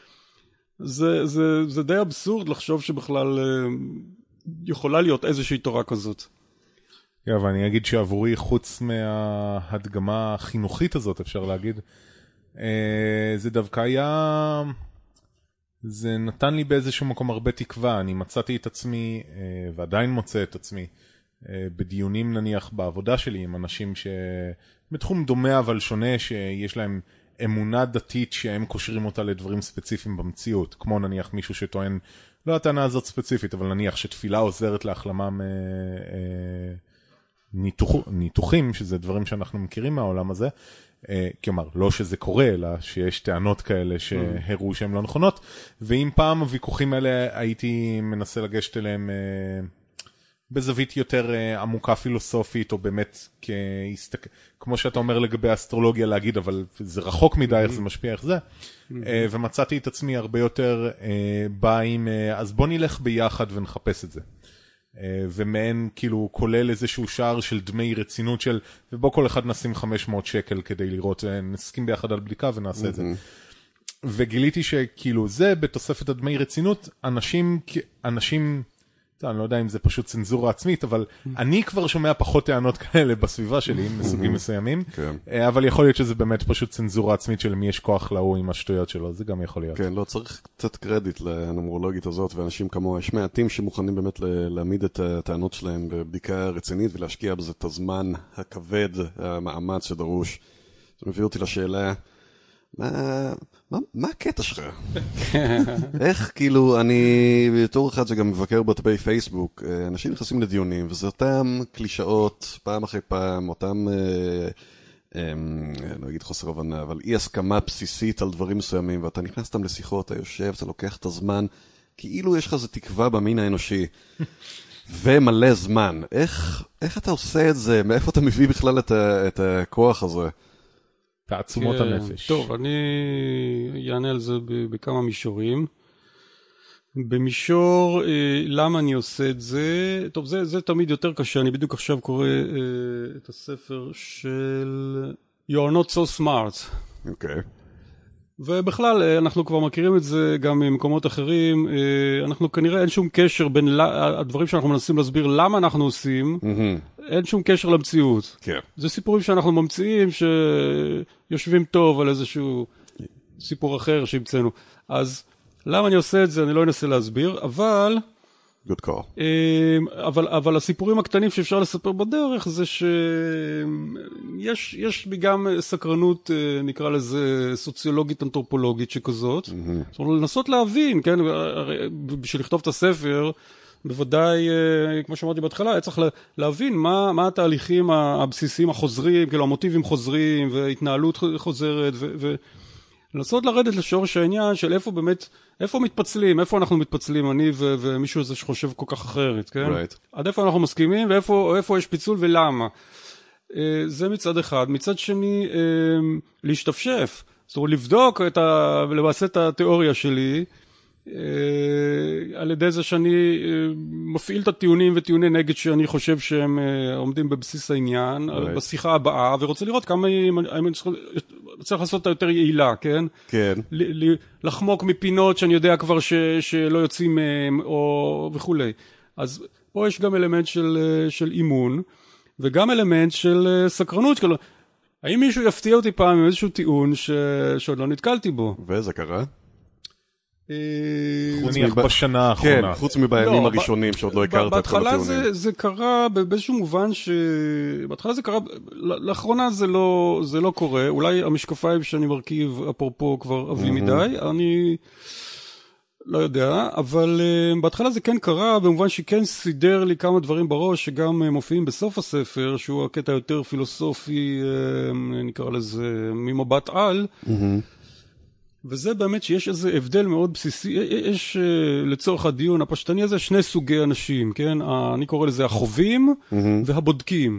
זה די אבסורד לחשוב שבכלל יכולה להיות איזושהי תורה כזאת. ואני אגיד שעבורי, חוץ מההדגמה החינוכית הזאת, אפשר להגיד, זה דווקא היה... זה נתן לי באיזשהו מקום הרבה תקווה. אני מצאתי את עצמי, ועדיין מוצא את עצמי, בדיונים נניח בעבודה שלי עם אנשים שבתחום דומה אבל שונה, שיש להם... אמונה דתית שהם קושרים אותה לדברים ספציפיים במציאות, כמו נניח מישהו שטוען, לא הטענה הזאת ספציפית, אבל נניח שתפילה עוזרת להחלמה ניתוחים, שזה דברים שאנחנו מכירים מהעולם הזה, כלומר, לא שזה קורה, אלא שיש טענות כאלה שהראו שהן לא נכונות, ואם פעם הוויכוחים האלה הייתי מנסה לגשת אליהם בזווית יותר עמוקה פילוסופית, או באמת כמו שאתה אומר לגבי האסטרולוגיה להגיד, אבל זה רחוק מדי איך זה משפיע, איך זה, ומצאתי את עצמי הרבה יותר בא עם, אז בוא נלך ביחד ונחפש את זה. ומעין כאילו כולל איזשהו שער של דמי רצינות של, ובוא כל אחד נשים 500 שקל כדי לראות, נסכים ביחד על בדיקה ונעשה את זה. וגיליתי שכאילו זה בתוספת הדמי רצינות, אנשים אני לא יודע אם זה פשוט צנזורה עצמית, אבל אני כבר שומע פחות טענות כאלה בסביבה שלי, מסוגים מסוימים, אבל יכול להיות שזה באמת פשוט צנזורה עצמית של מי יש כוח להוא עם השטויות שלו, זה גם יכול להיות. כן, לא, צריך קצת קרדיט לנומרולוגית הזאת, ואנשים כמוה, יש מעטים שמוכנים באמת להעמיד את הטענות שלהם בבדיקה רצינית, ולהשקיע בזה את הזמן הכבד, המאמץ שדרוש. זה מביא אותי לשאלה, מה הקטע שלך? איך כאילו אני בתור אחד שגם מבקר בטבי פייסבוק, אנשים נכנסים לדיונים וזה אותם קלישאות פעם אחרי פעם, אותם לא אגיד חוסר הבנה, אבל אי הסכמה בסיסית על דברים מסוימים, ואתה נכנס אותם לשיחות, אתה יושב, אתה לוקח את הזמן, כאילו יש לך איזו תקווה במין האנושי ומלא זמן. איך אתה עושה את זה? מאיפה אתה מביא בכלל את הכוח הזה? תעצומות הנפש. טוב, אני אענה על זה בכמה מישורים. במישור, למה אני עושה את זה? טוב, זה תמיד יותר קשה. אני בדיוק עכשיו קורא את הספר של You are not so smart. אוקיי. ובכלל, אנחנו כבר מכירים את זה גם ממקומות אחרים. אנחנו כנראה אין שום קשר בין הדברים שאנחנו מנסים להסביר למה אנחנו עושים. אין שום קשר למציאות. כן. זה סיפורים שאנחנו ממציאים, שיושבים טוב על איזשהו סיפור אחר שהמצאנו. אז למה אני עושה את זה? אני לא אנסה להסביר, אבל... Good call. אבל הסיפורים הקטנים שאפשר לספר בדרך זה שיש בי גם סקרנות, נקרא לזה סוציולוגית אנתרופולוגית שכזאת. זאת אומרת, לנסות להבין, כן? בשביל לכתוב את הספר, בוודאי, כמו שאמרתי בהתחלה, היה צריך להבין מה התהליכים הבסיסיים החוזרים, כאילו המוטיבים חוזרים והתנהלות חוזרת, לנסות לרדת לשורש העניין של איפה באמת, איפה מתפצלים, איפה אנחנו מתפצלים, אני ומישהו הזה שחושב כל כך אחרת, כן? Right. עד איפה אנחנו מסכימים ואיפה יש פיצול ולמה. זה מצד אחד. מצד שני, להשתפשף. זאת אומרת, לבדוק למעשה את התיאוריה שלי, על ידי זה שאני מפעיל את הטיעונים וטיעוני נגד שאני חושב שהם עומדים בבסיס העניין, בשיחה הבאה, ורוצה לראות כמה אני צריך לעשות אותה יותר יעילה, כן? כן. לחמוק מפינות שאני יודע כבר שלא יוצאים מהם, או וכולי. אז פה יש גם אלמנט של אימון, וגם אלמנט של סקרנות, האם מישהו יפתיע אותי פעם עם איזשהו טיעון שעוד לא נתקלתי בו? וזה קרה? נניח בשנה האחרונה. כן, חוץ מבימים הראשונים שעוד לא הכרת את כל הטיעונים. בהתחלה זה קרה באיזשהו מובן בהתחלה זה קרה, לאחרונה זה לא קורה, אולי המשקפיים שאני מרכיב אפרופו כבר אבי מדי, אני לא יודע, אבל בהתחלה זה כן קרה, במובן שכן סידר לי כמה דברים בראש, שגם מופיעים בסוף הספר, שהוא הקטע יותר פילוסופי, נקרא לזה, ממבט על, וזה באמת שיש איזה הבדל מאוד בסיסי, יש לצורך הדיון הפשטני הזה שני סוגי אנשים, כן? אני קורא לזה החווים והבודקים.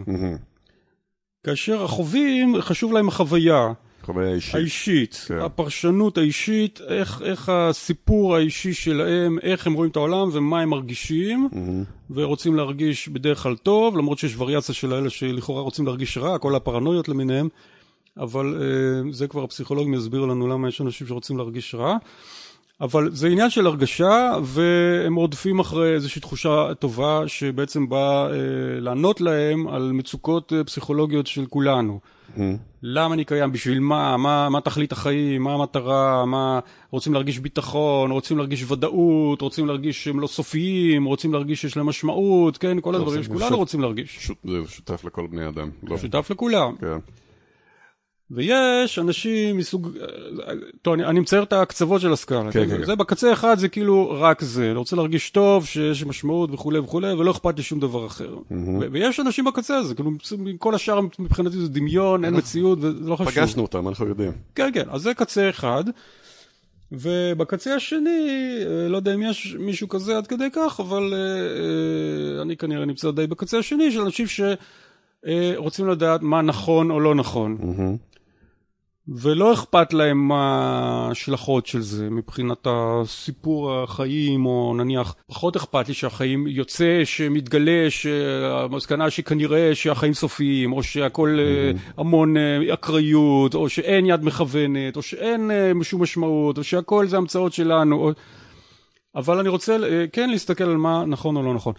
כאשר החווים חשוב להם החוויה. האישית, הפרשנות האישית, איך הסיפור האישי שלהם, איך הם רואים את העולם ומה הם מרגישים, ורוצים להרגיש בדרך כלל טוב, למרות שיש וריאציה של האלה שלכאורה רוצים להרגיש רע, כל הפרנויות למיניהם, אבל זה כבר הפסיכולוג מסביר לנו למה יש אנשים שרוצים להרגיש רע, אבל זה עניין של הרגשה, והם רודפים אחרי איזושהי תחושה טובה, שבעצם באה לענות להם על מצוקות פסיכולוגיות של כולנו. למה אני קיים? בשביל מה תכלית החיים? מה המטרה? רוצים להרגיש ביטחון, רוצים להרגיש ודאות, רוצים להרגיש שהם לא סופיים, רוצים להרגיש שיש להם משמעות, כן? כל הדברים שכולנו רוצים להרגיש. זה שותף לכל בני אדם. שותף לכולם. כן. ויש אנשים מסוג, טוב, אני מצייר את הקצוות של הסקאלה, זה בקצה אחד זה כאילו רק זה, אני רוצה להרגיש טוב, שיש משמעות וכו' וכו', ולא אכפת לי שום דבר אחר. ויש אנשים בקצה הזה, כאילו כל השאר מבחינתי זה דמיון, אין מציאות, וזה לא חשוב. פגשנו אותם, אנחנו יודעים. כן, כן, אז זה קצה אחד, ובקצה השני, לא יודע אם יש מישהו כזה עד כדי כך, אבל אני כנראה נמצא די בקצה השני, של אנשים שרוצים לדעת מה נכון או לא נכון. ולא אכפת להם מה ההשלכות של זה, מבחינת הסיפור החיים, או נניח, פחות אכפת לי שהחיים יוצא, שמתגלה, שהמסקנה שכנראה שהחיים סופיים, או שהכל המון אקראיות, או שאין יד מכוונת, או שאין משום משמעות, או שהכל זה המצאות שלנו, אבל אני רוצה כן להסתכל על מה נכון או לא נכון.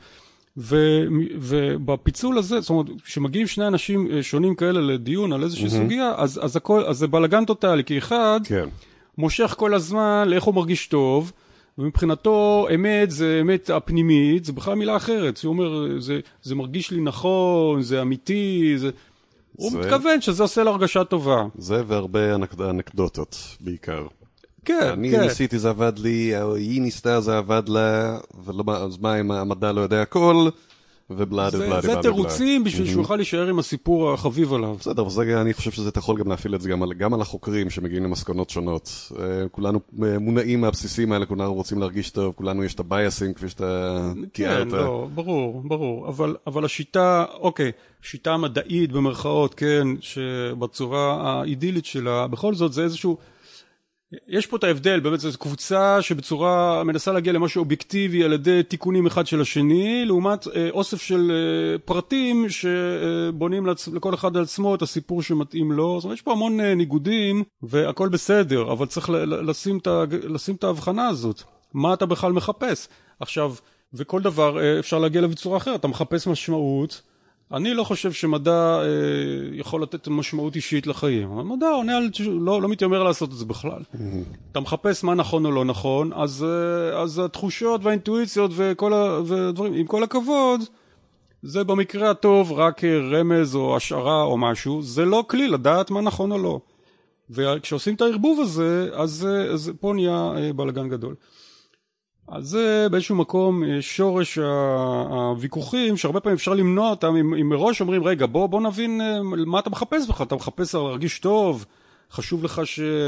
ובפיצול הזה, זאת אומרת, כשמגיעים שני אנשים שונים כאלה לדיון על איזושהי סוגיה, אז זה בלגן טוטלי, כי אחד מושך כל הזמן לאיך הוא מרגיש טוב, ומבחינתו אמת זה אמת הפנימית, זה בכלל מילה אחרת, הוא אומר, זה מרגיש לי נכון, זה אמיתי, הוא מתכוון שזה עושה להרגשה טובה. זה והרבה אנקדוטות בעיקר. כן, אני ניסיתי, זה עבד לי, היא ניסתה, זה עבד לה, אז מה אם המדע לא יודע הכל, ובלד. זה תירוצים בשביל שהוא יוכל להישאר עם הסיפור החביב עליו. בסדר, אני חושב שזה תיכול גם להפעיל את זה גם על החוקרים שמגיעים למסקנות שונות. כולנו מונעים מהבסיסים האלה, כולנו רוצים להרגיש טוב, כולנו יש את הבייסים כפי שאתה תיארת. כן, לא, ברור. אבל השיטה, אוקיי, שיטה מדעית במרכאות, כן, שבצורה האידילית שלה, בכל זאת זה איזשהו, יש פה את ההבדל, באמת זו קבוצה שבצורה מנסה להגיע למשהו אובייקטיבי על ידי תיקונים אחד של השני, לעומת אוסף של פרטים שבונים לכל אחד על עצמו את הסיפור שמתאים לו. זאת אומרת, יש פה המון ניגודים והכל בסדר, אבל צריך לשים את ההבחנה הזאת. מה אתה בכלל מחפש? עכשיו, וכל דבר אפשר להגיע לבצורה אחרת, אתה מחפש משמעות, אני לא חושב שמדע יכול לתת משמעות אישית לחיים. המדע עונה על, לא מתיימר לעשות את זה בכלל. אתה מחפש מה נכון או לא נכון, אז התחושות והאינטואיציות ודברים, עם כל הכבוד, זה במקרה הטוב רק רמז או השערה או משהו, זה לא כלי לדעת מה נכון או לא. וכשעושים את הערבוב הזה, אז פה נהיה בלגן גדול. אז זה באיזשהו מקום שורש הוויכוחים, שהרבה פעמים אפשר למנוע אותם, אם מראש אומרים, רגע, בוא נבין מה אתה מחפש בך, אתה מחפש להרגיש טוב, חשוב לך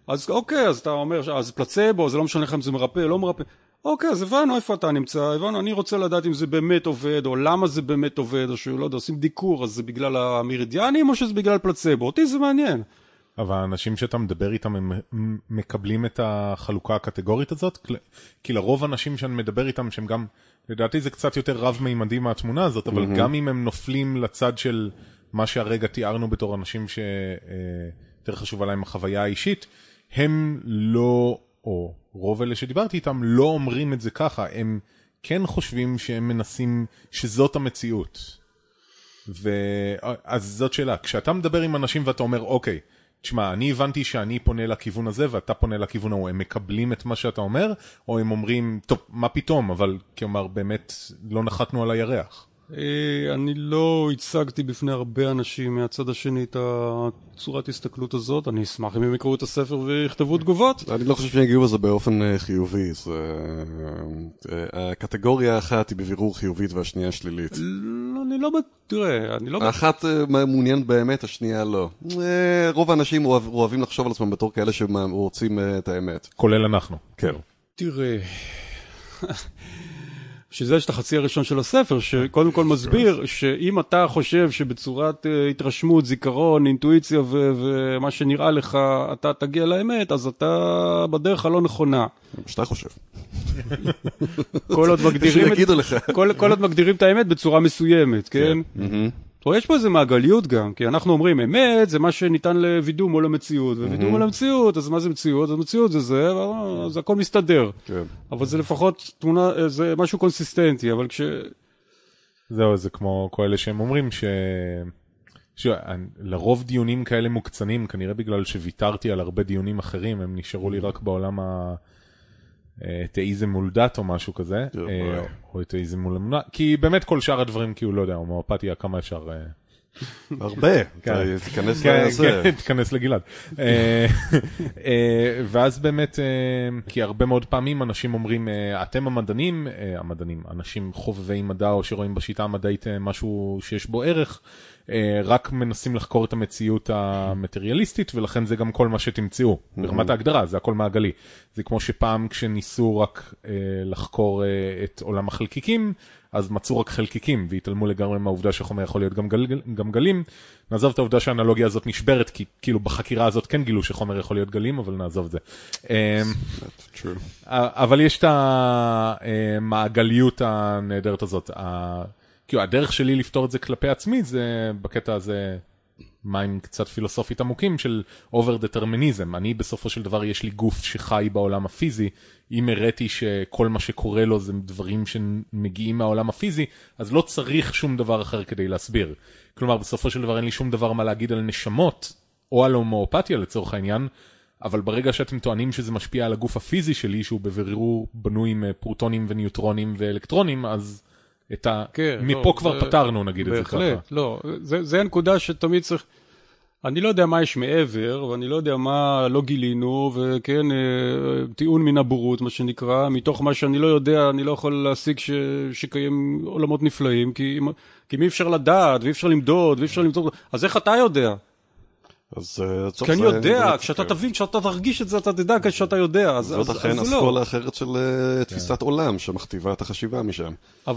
אז אוקיי, אז אתה אומר, אז פלצבו, זה לא משנה לך אם זה מרפא, לא מרפא. אוקיי, אז הבנו איפה אתה נמצא, הבנו, אני רוצה לדעת אם זה באמת עובד, או למה זה באמת עובד, או שהוא לא יודע, עושים דיקור, אז זה בגלל המרידיאנים, או שזה בגלל פלצבו, אותי זה מעניין. אבל האנשים שאתה מדבר איתם, הם מקבלים את החלוקה הקטגורית הזאת? כי לרוב האנשים שאני מדבר איתם, שהם גם, לדעתי זה קצת יותר רב-מימדי מהתמונה הזאת, אבל גם אם הם נופלים לצד של מה שהרגע תיארנו בתור אנשים שיותר חשובה להם החוויה האישית, הם לא, או רוב אלה שדיברתי איתם, לא אומרים את זה ככה, הם כן חושבים שהם מנסים, שזאת המציאות. אז זאת שאלה, כשאתה מדבר עם אנשים ואתה אומר, אוקיי, תשמע, אני הבנתי שאני פונה לכיוון הזה ואתה פונה לכיוון ההוא, הם מקבלים את מה שאתה אומר, או הם אומרים, טוב, מה פתאום, אבל כלומר, באמת לא נחתנו על הירח. אני לא הצגתי בפני הרבה אנשים מהצד השני את הצורת הסתכלות הזאת, אני אשמח אם הם יקראו את הספר ויכתבו תגובות. אני לא חושב שיגיעו לזה באופן חיובי, הקטגוריה האחת היא בבירור חיובית והשנייה שלילית. אני לא, תראה, אני לא... האחת מעוניינת באמת, השנייה לא. רוב האנשים אוהבים לחשוב על עצמם בתור כאלה שרוצים את האמת. כולל אנחנו. כן. תראה... שזה יש את החצי הראשון של הספר, שקודם כל מסביר שאם אתה חושב שבצורת התרשמות, זיכרון, אינטואיציה ומה שנראה לך, אתה תגיע לאמת, אז אתה בדרך הלא נכונה. שאתה חושב. כל עוד מגדירים את האמת בצורה מסוימת, כן? או יש פה איזה מעגליות גם, כי אנחנו אומרים, אמת זה מה שניתן לוידום מול המציאות, ווידום מול המציאות, אז מה זה מציאות? אז מציאות זה זה, אז הכל מסתדר. אבל זה לפחות תמונה, זה משהו קונסיסטנטי, אבל זהו, זה כמו כאלה שהם אומרים לרוב דיונים כאלה מוקצנים, כנראה בגלל שוויתרתי על הרבה דיונים אחרים, הם נשארו לי רק בעולם תאיזם מול דת או משהו כזה, או תאיזם מול אמונה, כי באמת כל שאר הדברים, כי הוא לא יודע, הומאופתיה, כמה אפשר... הרבה, תיכנס לזה. תיכנס לגלעד. ואז באמת, כי הרבה מאוד פעמים אנשים אומרים, אתם המדענים, אנשים חובבי מדע או שרואים בשיטה המדעית משהו שיש בו ערך, רק מנסים לחקור את המציאות המטריאליסטית, ולכן זה גם כל מה שתמצאו. ברמת ההגדרה, זה הכל מעגלי. זה כמו שפעם כשניסו רק לחקור את עולם החלקיקים, אז מצאו רק חלקיקים, והתעלמו לגמרי מהעובדה שחומר יכול להיות גם גלים. נעזוב את העובדה שהאנלוגיה הזאת נשברת, כי כאילו בחקירה הזאת כן גילו שחומר יכול להיות גלים, אבל נעזוב זה. אבל יש את המעגליות הנהדרת הזאת. כאילו הדרך שלי לפתור את זה כלפי עצמי, זה בקטע הזה מים קצת פילוסופית עמוקים של over determinism. אני בסופו של דבר יש לי גוף שחי בעולם הפיזי, אם הראיתי שכל מה שקורה לו זה דברים שמגיעים מהעולם הפיזי, אז לא צריך שום דבר אחר כדי להסביר. כלומר, בסופו של דבר אין לי שום דבר מה להגיד על נשמות, או על הומאופתיה לצורך העניין, אבל ברגע שאתם טוענים שזה משפיע על הגוף הפיזי שלי, שהוא בבירור בנוי עם פרוטונים וניוטרונים ואלקטרונים, אז מפה כבר פתרנו, נגיד את זה ככה. בהחלט, לא. זה הנקודה שתמיד צריך... אני לא יודע מה יש מעבר, ואני לא יודע מה לא גילינו, וכן, טיעון מן הבורות, מה שנקרא, מתוך מה שאני לא יודע, אני לא יכול להשיג שקיים עולמות נפלאים, כי מי אפשר לדעת, ואי אפשר למדוד, ואי אפשר למצוא... אז איך אתה יודע? כי אני יודע, כשאתה תבין, כשאתה תרגיש את זה, אתה תדע כשאתה יודע. זאת אכן אסכולה אחרת של תפיסת עולם, שמכתיבה את החשיבה משם.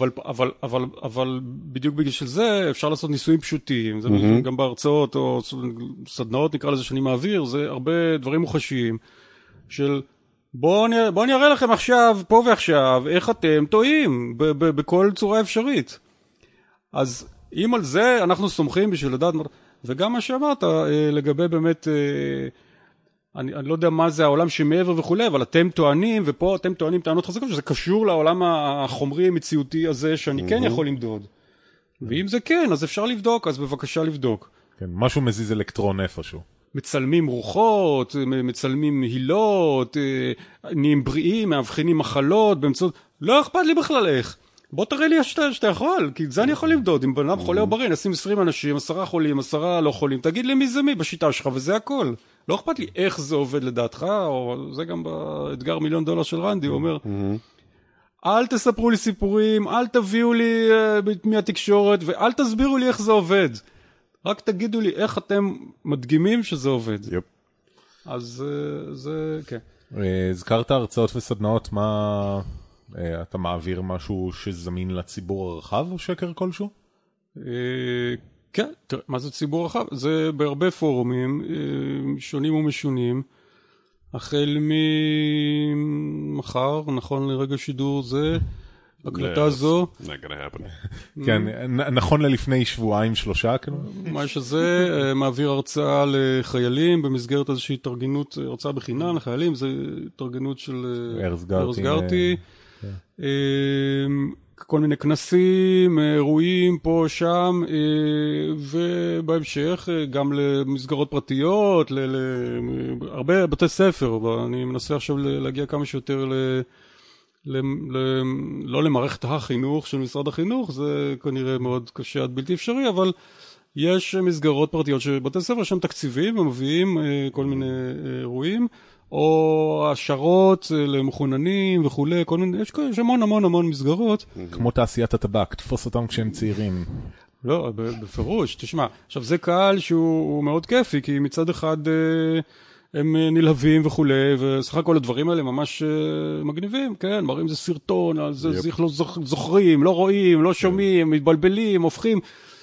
אבל בדיוק בגלל של זה, אפשר לעשות ניסויים פשוטים, זה גם בהרצאות או סדנאות, נקרא לזה שאני מעביר, זה הרבה דברים מוחשיים, של בואו אני אראה לכם עכשיו, פה ועכשיו, איך אתם טועים, בכל צורה אפשרית. אז אם על זה אנחנו סומכים בשביל לדעת... וגם מה שאמרת, לגבי באמת, אני לא יודע מה זה העולם שמעבר וכו', אבל אתם טוענים, ופה אתם טוענים טענות חזקות, שזה קשור לעולם החומרי המציאותי הזה, שאני כן יכול למדוד. ואם זה כן, אז אפשר לבדוק, אז בבקשה לבדוק. כן, משהו מזיז אלקטרון איפשהו. מצלמים רוחות, מצלמים הילות, נהיים בריאים, מאבחנים מחלות, באמצעות... לא אכפת לי בכלל איך. בוא תראה לי שאתה יכול, כי זה אני יכול למדוד, אם בן אדם חולה או בריא, נשים 20 אנשים, 10 חולים, 10 לא חולים, תגיד לי מי זה מי בשיטה שלך, וזה הכל. לא אכפת לי איך זה עובד לדעתך, או זה גם באתגר $1,000,000 של רנדי, הוא אומר, אל תספרו לי סיפורים, אל תביאו לי מהתקשורת, ואל תסבירו לי איך זה עובד. רק תגידו לי איך אתם מדגימים שזה עובד. אז זה, כן. הזכרת הרצאות וסדנאות, מה, אתה מעביר משהו שזמין לציבור הרחב או שקר כלשהו? כן, תראה, מה זה ציבור רחב? זה בהרבה פורומים שונים ומשונים, החל ממחר, נכון לרגע שידור זה, הקלטה זו. כן, נכון ללפני שבועיים, 3, מה שזה, מעביר הרצאה לחיילים במסגרת איזושהי התארגנות, הרצאה בחינם לחיילים, זה התארגנות של ארז גרטי. כל מיני כנסים, אירועים פה, שם, ובהמשך גם למסגרות פרטיות, להרבה בתי ספר, ואני מנסה עכשיו להגיע כמה שיותר לא למערכת החינוך של משרד החינוך, זה כנראה מאוד קשה עד בלתי אפשרי, אבל יש מסגרות פרטיות שבתי ספר שם תקציבים, ומביאים כל מיני אירועים, או השערות למחוננים וכולי, כל מיני, יש המון מסגרות. כמו תעשיית הטבק, תפוס אותם כשהם צעירים. לא, בפירוש, תשמע, עכשיו זה קהל שהוא מאוד כיפי, כי מצד אחד הם נלהבים וכולי, וסך הכל הדברים האלה ממש מגניבים, כן, מראים איזה סרטון, אז זיך לא זוכרים, לא רואים, לא שומעים, מתבלבלים, הופכים,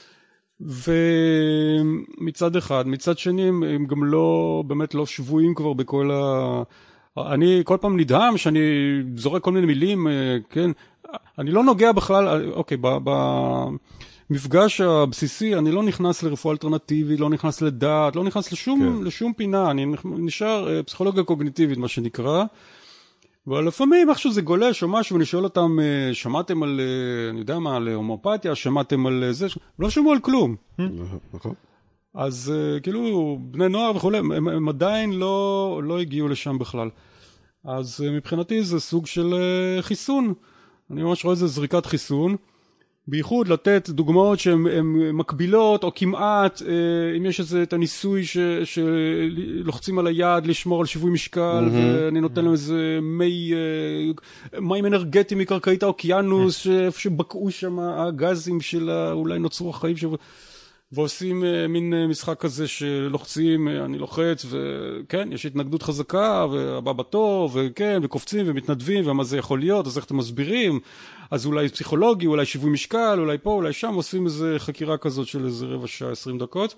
ומצד אחד, מצד שני הם גם לא, באמת לא שבויים כבר בכל אני כל פעם נדהם שאני זורק כל מיני מילים, כן, אני לא נוגע בכלל, אוקיי, במפגש הבסיסי אני לא נכנס לרפואה אלטרנטיבית, לא נכנס לדעת, לא נכנס לשום פינה, אני נשאר פסיכולוגיה קוגניטיבית מה שנקרא, אבל לפעמים איכשהו זה גולש או משהו, ואני שואל אותם, שמעתם על, אני יודע מה, על הומאופתיה, שמעתם על זה, לא שמעו על כלום. נכון. אז כאילו, בני נוער וכו', הם עדיין לא הגיעו לשם בכלל. אז מבחינתי זה סוג של חיסון. אני ממש רואה איזה זריקת חיסון, בייחוד לתת דוגמאות שהן מקבילות או כמעט, אם יש את הניסוי שלוחצים על היד לשמור על שיווי משקל, ואני נותן להם איזה מים אנרגטיים מקרקעית האוקיינוס, איפה שבקעו שם הגזים של אולי נוצרו החיים ועושים מין משחק כזה שלוחצים, אני לוחץ, וכן, יש התנגדות חזקה, והבא בתור, וכן, וקופצים ומתנדבים, ומה זה יכול להיות, אז איך אתם מסבירים, אז אולי פסיכולוגי, אולי שיווי משקל, אולי פה, אולי שם, עושים איזה חקירה כזאת של איזה רבע שעה, 20 דקות,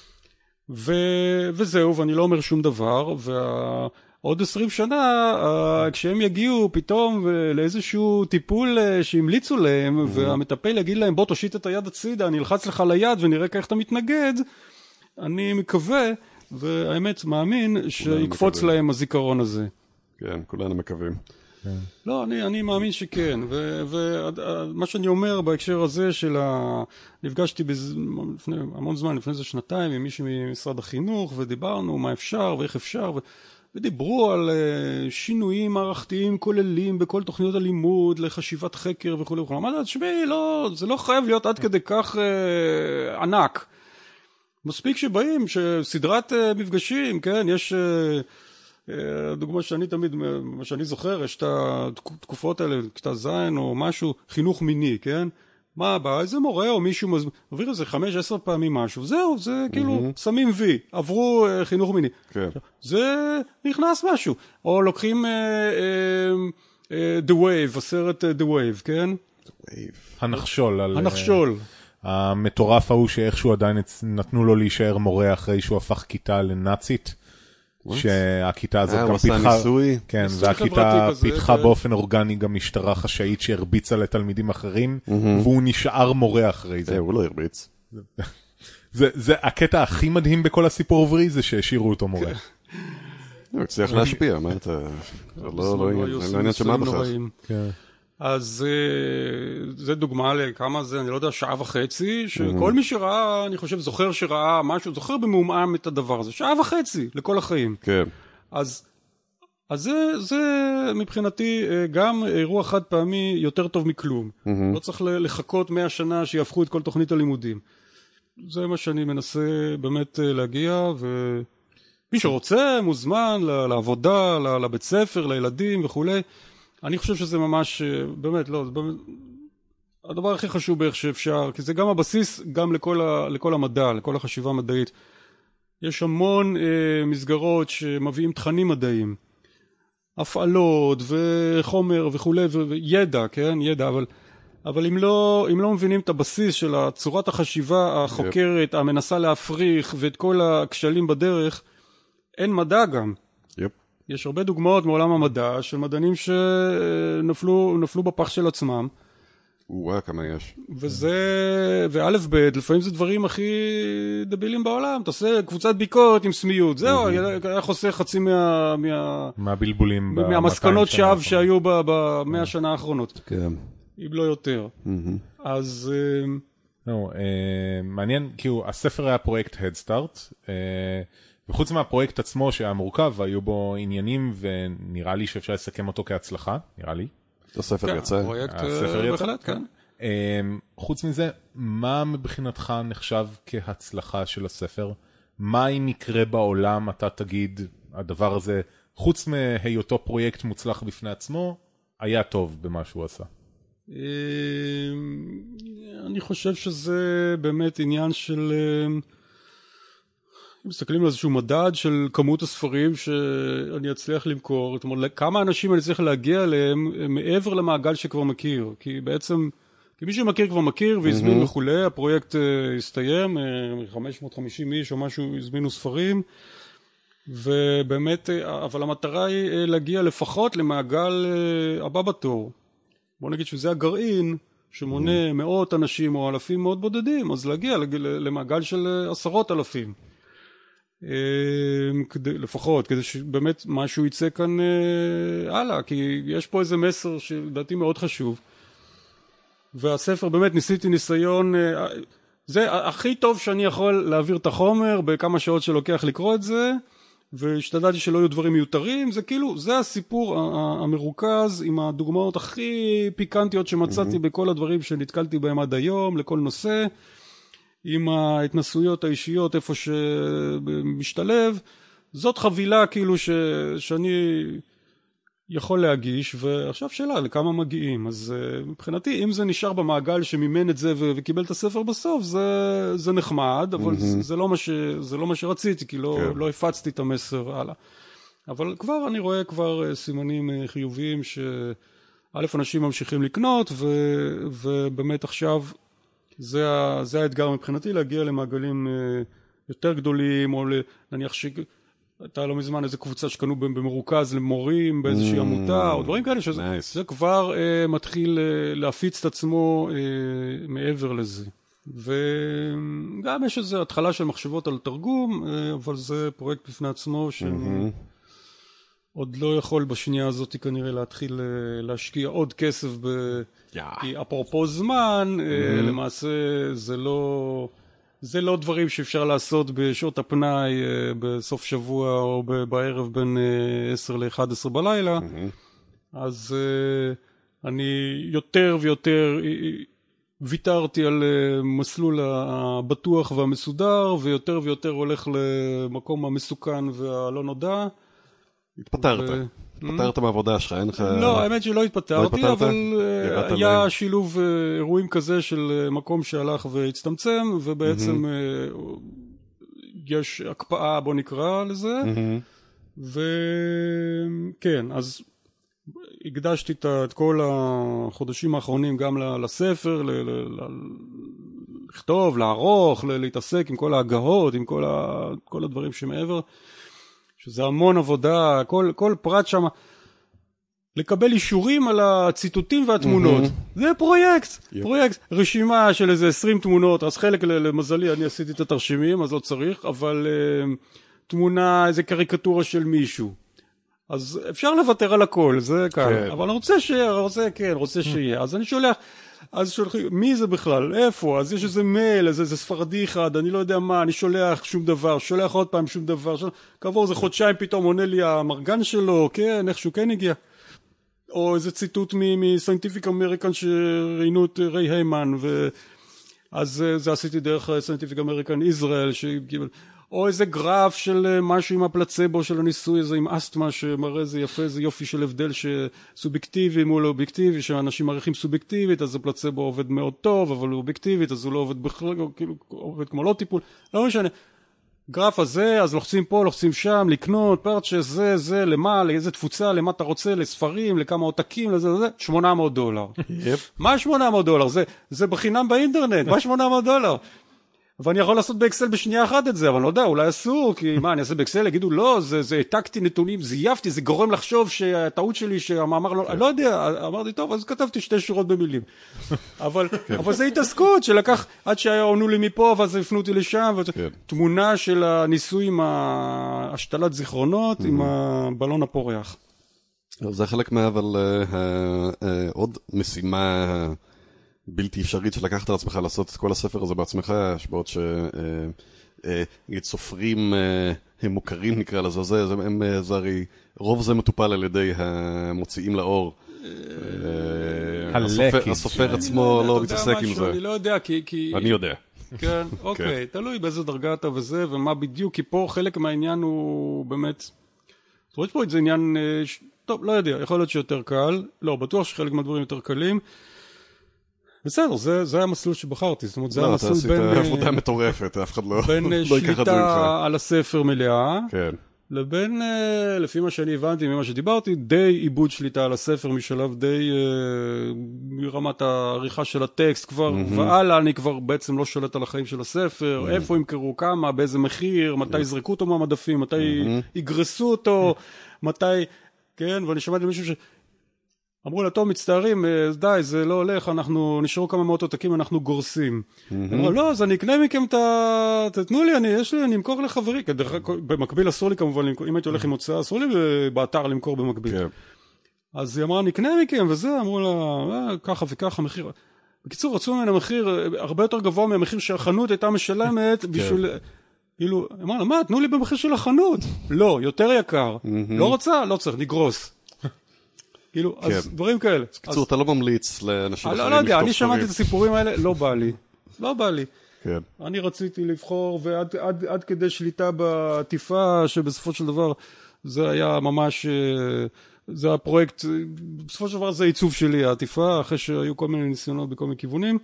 וזהו, ואני לא אומר שום דבר, עוד 20 שנה, כשהם יגיעו פתאום לאיזשהו טיפול שהמליצו להם, והמטפל יגיד להם, בוא תושיט את היד הצידה, אני אלחץ לך ליד ונראה איך אתה מתנגד, אני מקווה, והאמת מאמין, שיקפוץ להם הזיכרון הזה. כן, כולנו מקווים. לא, אני מאמין שכן, ומה שאני אומר בהקשר הזה נפגשתי לפני המון זמן, לפני זה 2 עם מישהו ממשרד החינוך, ודיברנו מה אפשר ואיך אפשר, ודיברו על שינויים מערכתיים כוללים בכל תוכניות הלימוד, לחשיבת חקר וכו' וכו'. אמרתי, תשמעי, זה לא חייב להיות עד כדי כך ענק. מספיק שבאים, שסדרת מפגשים, כן, יש דוגמה שאני תמיד, מה שאני זוכר, יש את התקופות האלה, כיתה ז' או משהו, חינוך מיני, כן? מה הבא? איזה מורה או מישהו מביא איזה 5-10 פעמים משהו, זהו, זה כאילו שמים וי, עברו חינוך מיני. כן. זה נכנס משהו. או לוקחים The Wave, הסרט The Wave, כן? הנחשול. הנחשול. המטורף ההוא שאיכשהו עדיין נתנו לו להישאר מורה אחרי שהוא הפך כיתה לנאצית. שהכיתה הזאת גם פיתחה, כן, והכיתה פיתחה באופן אורגני גם משטרה חשאית שהרביצה לתלמידים אחרים, והוא נשאר מורה אחרי זה. הוא לא הרביץ. זה הקטע הכי מדהים בכל הסיפור עברי, זה שהשאירו אותו מורה. הוא הצליח להשפיע, מה אתה... לא עניין שמה בכך. אז זה דוגמה לכמה זה, אני לא יודע, 1.5 שעה, שכל מי שראה, אני חושב, זוכר שראה משהו, זוכר במעומעם את הדבר הזה, 1.5 שעה לכל החיים. כן. אז זה מבחינתי גם אירוע חד פעמי יותר טוב מכלום. לא צריך לחכות 100 שנה שיהפכו את כל תוכנית הלימודים. זה מה שאני מנסה באמת להגיע, ומי שרוצה מוזמן לעבודה, לבית ספר, לילדים וכולי. אני חושב שזה ממש, באמת, לא, זה באמת, הדבר הכי חשוב בערך שאפשר, כי זה גם הבסיס, גם לכל המדע, לכל החשיבה המדעית. יש המון מסגרות שמביאים תכנים מדעיים, הפעלות וחומר וכולי, וידע, כן, ידע, אבל אם לא מבינים את הבסיס של צורת החשיבה החוקרת, המנסה להפריך ואת כל הכשלים בדרך, אין מדע גם. יש הרבה דוגמאות מעולם המדע של מדענים שנפלו בפח של עצמם. כמה יש. וא' ב', לפעמים זה דברים הכי דבילים בעולם. אתה עושה קבוצת ביקורת עם סמיות. זהו, היה חוסך חצי מהבלבולים. מהמסקנות שווא שהיו ב100 שנה האחרונות. כן. אם לא יותר. אז... מעניין, כאילו, הספר היה פרויקט Head Start, וחוץ מהפרויקט עצמו שהיה מורכב, היו בו עניינים, ונראה לי שאפשר לסכם אותו כהצלחה, נראה לי. הספר יצא. הספר יצא, כן. חוץ מזה, מה מבחינתך נחשב כהצלחה של הספר? מה אם יקרה בעולם, אתה תגיד, הדבר הזה, חוץ מהיותו פרויקט מוצלח בפני עצמו, היה טוב במה שהוא עשה? אני חושב שזה באמת עניין של... מסתכלים על איזשהו מדד של כמות הספרים שאני אצליח למכור, זאת אומרת, כמה אנשים אני צריך להגיע אליהם מעבר למעגל שכבר מכיר, כי בעצם, כי מי שמכיר כבר מכיר והזמין וכולי, הפרויקט הסתיים, 550 איש או משהו הזמינו ספרים, ובאמת, אבל המטרה היא להגיע לפחות למעגל הבא בתור. בוא נגיד שזה הגרעין שמונה מאות אנשים או אלפים מאוד בודדים, אז להגיע למעגל של 10,000. לפחות, כדי שבאמת משהו יצא כאן הלאה, כי יש פה איזה מסר שלדעתי מאוד חשוב, והספר באמת ניסיתי ניסיון, זה הכי טוב שאני יכול להעביר את החומר בכמה שעות שלוקח לקרוא את זה, והשתדלתי שלא יהיו דברים מיותרים, זה כאילו, זה הסיפור המרוכז עם הדוגמאות הכי פיקנטיות שמצאתי בכל הדברים שנתקלתי בהם עד היום, לכל נושא, עם ההתנסויות האישיות איפה שמשתלב, זאת חבילה כאילו שאני יכול להגיש, ועכשיו שאלה לכמה מגיעים, אז מבחינתי אם זה נשאר במעגל שמימן את זה וקיבל את הספר בסוף, זה נחמד, אבל זה לא מה שרציתי, כי לא הפצתי את המסר הלאה. אבל כבר אני רואה כבר סימנים חיוביים שא' אנשים ממשיכים לקנות, ובאמת עכשיו זה האתגר מבחינתי, להגיע למעגלים יותר גדולים, או נניח הייתה לא מזמן איזו קבוצה שקנו במרוכז למורים באיזושהי עמותה, או דברים כאלה, שזה כבר מתחיל להפיץ את עצמו מעבר לזה. וגם יש איזו התחלה של מחשבות על תרגום, אבל זה פרויקט בפני עצמו, עוד לא יכול בשנייה הזאת כנראה להתחיל להשקיע עוד כסף כי אפרופו זמן, למעשה זה לא דברים שאפשר לעשות בשעות הפנאי בסוף שבוע או בערב בין 10 ל-11 בלילה. אז אני יותר ויותר ויתרתי על מסלול הבטוח והמסודר, ויותר ויותר הולך למקום המסוכן והלא נודע. התפטרת מהעבודה שלך, אין לך... לא, האמת שלא התפטרתי, אבל היה שילוב אירועים כזה של מקום שהלך והצטמצם, ובעצם יש הקפאה, בוא נקרא לזה, וכן, אז הקדשתי את כל החודשים האחרונים גם לספר, לכתוב, לערוך, להתעסק עם כל ההגהות, עם כל הדברים שמעבר, שזה המון עבודה, כל פרט שם, לקבל אישורים על הציטוטים והתמונות. זה פרויקט, רשימה של איזה 20 תמונות, אז חלק למזלי אני עשיתי את התרשימים, אז לא צריך, אבל תמונה, איזה קריקטורה של מישהו. אז אפשר לוותר על הכל, זה כאן. אבל אני רוצה שיהיה, אז אני שולח, אז שולחים, מי זה בכלל? איפה? אז יש איזה מייל, איזה ספרדי אחד, אני לא יודע מה, אני שולח שום דבר, שולח עוד פעם שום דבר, כעבור איזה חודשיים פתאום עונה לי המרגן שלו, כן, איכשהו כן הגיע. או איזה ציטוט מ-Scientific American שראינו את ריי היימן, אז זה עשיתי דרך Scientific American Israel, או איזה גרף של משהו עם הפלצבו של הניסוי הזה עם אסתמה שמראה איזה יפה, איזה יופי של הבדל שסובייקטיבי מול אובייקטיבי, שאנשים מעריכים סובייקטיבית, אז הפלצבו עובד מאוד טוב, אבל הוא אובייקטיבית, אז הוא לא עובד בכלל, כאילו עובד כמו לא טיפול, לא משנה. גרף הזה, אז לוחצים פה, לוחצים שם, לקנות, פרצ'ס, זה, למה, לאיזה תפוצה, למה אתה רוצה, לספרים, לכמה עותקים, לזה, $800. מה $800? זה בחינם באינטרנט, מה $800? ואני יכול לעשות באקסל בשנייה אחת את זה, אבל אני לא יודע, אולי אסור, כי מה, אני אעשה באקסל, יגידו, לא, זה העתקתי נתונים, זייפתי, זה גורם לחשוב שהטעות שלי, שהמאמר לא, אני לא יודע, אמרתי, טוב, אז כתבתי 2 שורות במילים. אבל זה התעסקות שלקח, עד שעונו לי מפה, ואז הפנו אותי לשם, תמונה של הניסוי עם השתלת זיכרונות, עם הבלון הפורח. זה חלק אבל עוד משימה בלתי אפשרית שלקחת על עצמך לעשות את כל הספר הזה בעצמך, שבעוד סופרים הם מוכרים נקרא לזה, זה הרי רוב זה מטופל על ידי המוציאים לאור. הסופר עצמו לא מתעסק עם זה. אני לא יודע, כי... אני יודע. כן, אוקיי, תלוי באיזה דרגה אתה וזה, ומה בדיוק, כי פה חלק מהעניין הוא באמת... זאת אומרת, פה זה עניין... טוב, לא יודע, יכול להיות שיותר קל, לא, בטוח שחלק מהדברים יותר קלים. בסדר, זה היה המסלול שבחרתי, זאת אומרת, זה היה מסלול בין... אתה עשית עבודה מטורפת, אף אחד לא ייקח את זה ממך. בין שליטה על הספר מלאה, כן. לבין, לפי מה שאני הבנתי, ממה שדיברתי, די עיבוד שליטה על הספר, משלב די מרמת העריכה של הטקסט כבר, והלאה אני כבר בעצם לא שולט על החיים של הספר, איפה ימכרו, כמה, באיזה מחיר, מתי יזרקו אותו מהמדפים, מתי יגרסו אותו, מתי, כן, ואני שמעתי מישהו ש... אמרו לה, טוב, מצטערים, די, זה לא הולך, אנחנו נשארו כמה מאות עותקים, אנחנו גורסים. אמרו, לא, אז אני אקנה מכם תתנו לי, אני אמכור לחברי, במקביל אסור לי כמובן, אם הייתי הולך עם הוצאה, אסור לי באתר למכור במקביל. אז היא אמרה, אני אקנה מכם, וזה, אמרו לה, ככה וככה, מחיר. בקיצור, רצו ממנה מחיר הרבה יותר גבוה מהמחיר שהחנות הייתה משלמת, בשביל... כאילו, אמרה לה, מה, תנו לי במחיר של החנות. לא, יותר יקר. לא רוצה? לא צריך, נגרוס. כאילו, אז דברים כאלה. בקיצור, אתה לא ממליץ לאנשים אחרים לא יודע, אני שמעתי את הסיפורים האלה, לא בא לי. כן. אני רציתי לבחור, ועד כדי שליטה בעטיפה, שבסופו של דבר זה היה ממש, זה הפרויקט, בסופו של דבר זה העיצוב שלי, העטיפה, אחרי שהיו כל מיני ניסיונות בכל מיני כיוונים.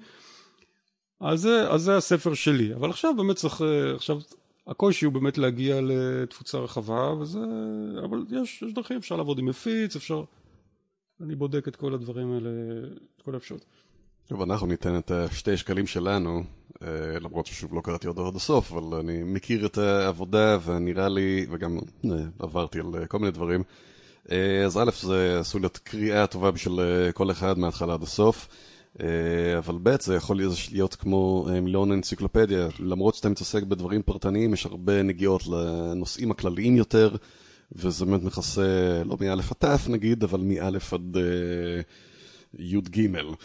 אז זה הספר שלי. אבל עכשיו באמת צריך, עכשיו הקושי הוא באמת להגיע לתפוצה רחבה, אבל יש דרכים, אפשר לעבוד עם מפיץ, אפשר... אני בודק את כל הדברים האלה, את כל האפשרות. טוב, אנחנו ניתן את 2 שקלים שלנו, למרות ששוב לא קראתי עוד הסוף, אבל אני מכיר את העבודה, ונראה לי, וגם עברתי על כל מיני דברים. אז א', זה עשו להיות קריאה טובה בשביל כל אחד מההתחלה עד הסוף, אבל ב', זה יכול להיות כמו מיליון אנציקלופדיה, למרות שאתה מתעסק בדברים פרטניים, יש הרבה נגיעות לנושאים הכלליים יותר, וזה באמת מכסה, לא מאלף עד תף נגיד, אבל מאלף עד י' ג'.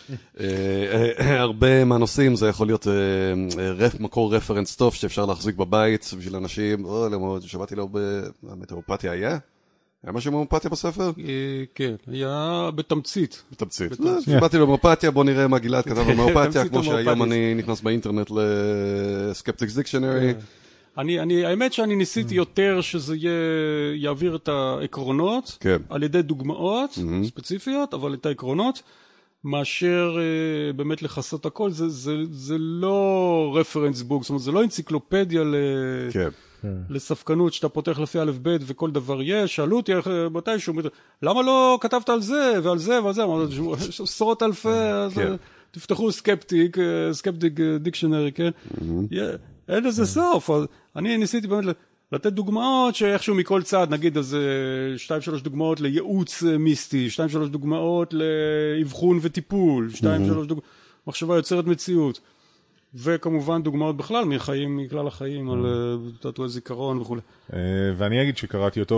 הרבה מהנושאים זה יכול להיות מקור רפרנס טוב שאפשר להחזיק בבית בשביל אנשים, שמעתי לו בהומאופתיה היה? היה משהו בהומאופתיה בספר? כן, היה בתמצית. בתמצית. שמעתי לו בהומאופתיה, בוא נראה מה גלעד כתב בהומאופתיה, כמו שהיום אני נכנס באינטרנט לסקפטיקס דיקשנרי. האמת שאני ניסיתי יותר שזה יעביר את העקרונות, על ידי דוגמאות ספציפיות, אבל את העקרונות, מאשר באמת לחסות הכל, זה לא רפרנס בוק, זאת אומרת, זה לא אנציקלופדיה לספקנות, שאתה פותח לפי א' ב' וכל דבר יש, שאלו אותי מתישהו, למה לא כתבת על זה ועל זה ועל זה, יש עשרות אלפי, תפתחו סקפטיק דיקשנרי, כן? אין לזה סוף, אני ניסיתי באמת לתת דוגמאות שאיכשהו מכל צד, נגיד אז 2-3 דוגמאות לייעוץ מיסטי, 2-3 דוגמאות לאבחון וטיפול, 2-3 דוגמאות, מחשבה יוצרת מציאות, וכמובן דוגמאות בכלל מחיים, מכלל החיים, על תעתועי זיכרון וכו'. ואני אגיד שקראתי אותו,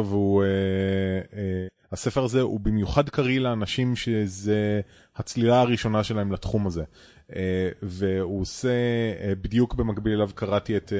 הספר הזה הוא במיוחד קריא לאנשים שזה הצלילה הראשונה שלהם לתחום הזה. והוא עושה, בדיוק במקביל אליו קראתי את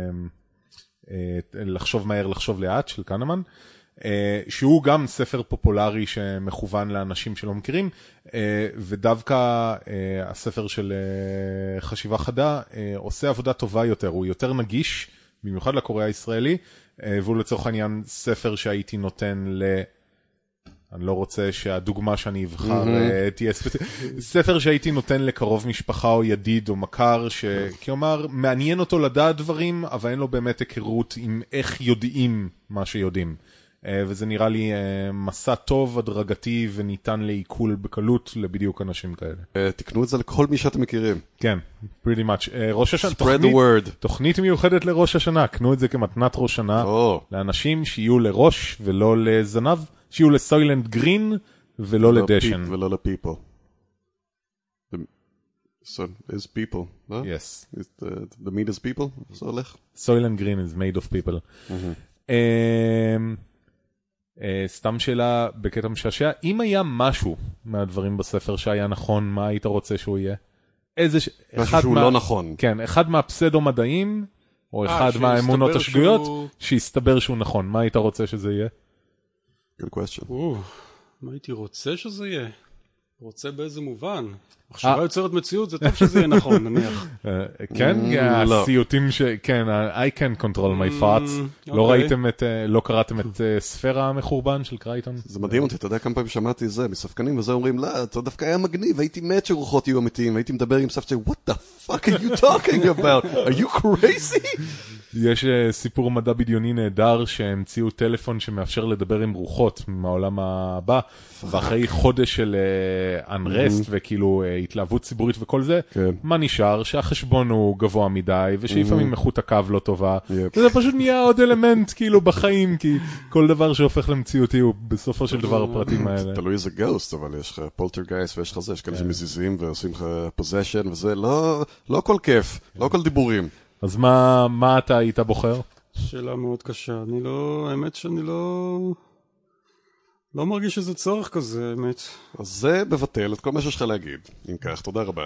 לחשוב מהר, לחשוב לאט של קנמן, שהוא גם ספר פופולרי שמכוון לאנשים שלא מכירים, ודווקא הספר של חשיבה חדה עושה עבודה טובה יותר, הוא יותר נגיש, במיוחד לקורא הישראלי, והוא לצורך העניין ספר שהייתי נותן אני לא רוצה שהדוגמה שאני אבחר תהיה ספר שהייתי נותן לקרוב משפחה או ידיד או מכר, שכלומר מעניין אותו לדעת דברים, אבל אין לו באמת היכרות עם איך יודעים מה שיודעים. וזה נראה לי מסע טוב, הדרגתי וניתן לעיכול בקלות לבדיוק אנשים כאלה. תקנו את זה לכל מי שאתם מכירים. כן, pretty much. ראש השנה, Spread the word. תוכנית מיוחדת לראש השנה, קנו את זה כמתנת ראש השנה, לאנשים שיהיו לראש ולא לזנב, שיהיו לסוילנד גרין ולא לדשן. ולא לפיפל. So, is people, no? Yes. The meat is people? זה הולך? Soylent Green is made of people. סתם שאלה בקטע משעשע, אם היה משהו מהדברים בספר שהיה נכון, מה היית רוצה שהוא יהיה? משהו שהוא לא נכון. כן, אחד מהפסדו-מדעים, או אחד מהאמונות השגויות, שיסתבר שהוא נכון. מה היית רוצה שזה יהיה? Good question. מה הייתי רוצה שזה יהיה? רוצה באיזה מובן? מחשבה יוצרת מציאות, זה טוב שזה יהיה נכון, נניח. כן, הסיוטים כן, I can control my thoughts. לא קראתם את ספירה המחורבן של קרייטון? זה מדהים אותי, אתה יודע כמה פעמים שמעתי זה, מספקנים וזה אומרים, לא, אתה דווקא היה מגניב, הייתי מת שרוחות יהיו אמיתיים, הייתי מדבר עם סבתא, what the fuck are you talking about? Are you crazy? יש סיפור מדע בדיוני נהדר שהמציאו טלפון שמאפשר לדבר עם רוחות מהעולם הבא, ואחרי חודש של unrest וכאילו התלהבות ציבורית וכל זה, מה נשאר? שהחשבון הוא גבוה מדי, ושלפעמים איכות הקו לא טובה, וזה פשוט נהיה עוד אלמנט כאילו בחיים, כי כל דבר שהופך למציאותי הוא בסופו של דבר הפרטים האלה. תלוי איזה גוסט, אבל יש לך פולטרגייסט ויש לך זה, יש כאלה שמזיזים ועושים לך פוזיישן, וזה לא הכל כיף, לא הכל דיבורים. אז מה אתה היית בוחר? שאלה מאוד קשה. האמת שאני לא מרגיש שזה צורך כזה, האמת. אז זה מבטל את כל מה שיש לך להגיד. אם כך, תודה רבה.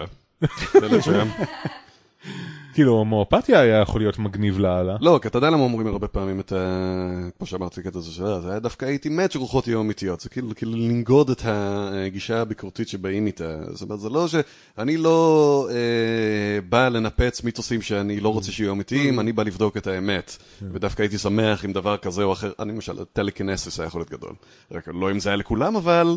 כאילו, הומואפתיה היה יכול להיות מגניב להלאה. לא, כי אתה יודע למה אומרים הרבה פעמים את כמו שאמרתי כתוב זה היה דווקא הייתי מת שרוחות יהיו אמיתיות. זה כאילו לנגוד את הגישה הביקורתית שבאים איתה. זאת אומרת, זה לא שאני לא בא לנפץ מיתוסים שאני לא רוצה שיהיו אמיתיים, אני בא לבדוק את האמת. ודווקא הייתי שמח עם דבר כזה או אחר. אני למשל, טלקינסיס היה יכול להיות גדול. רק לא אם זה היה לכולם, אבל...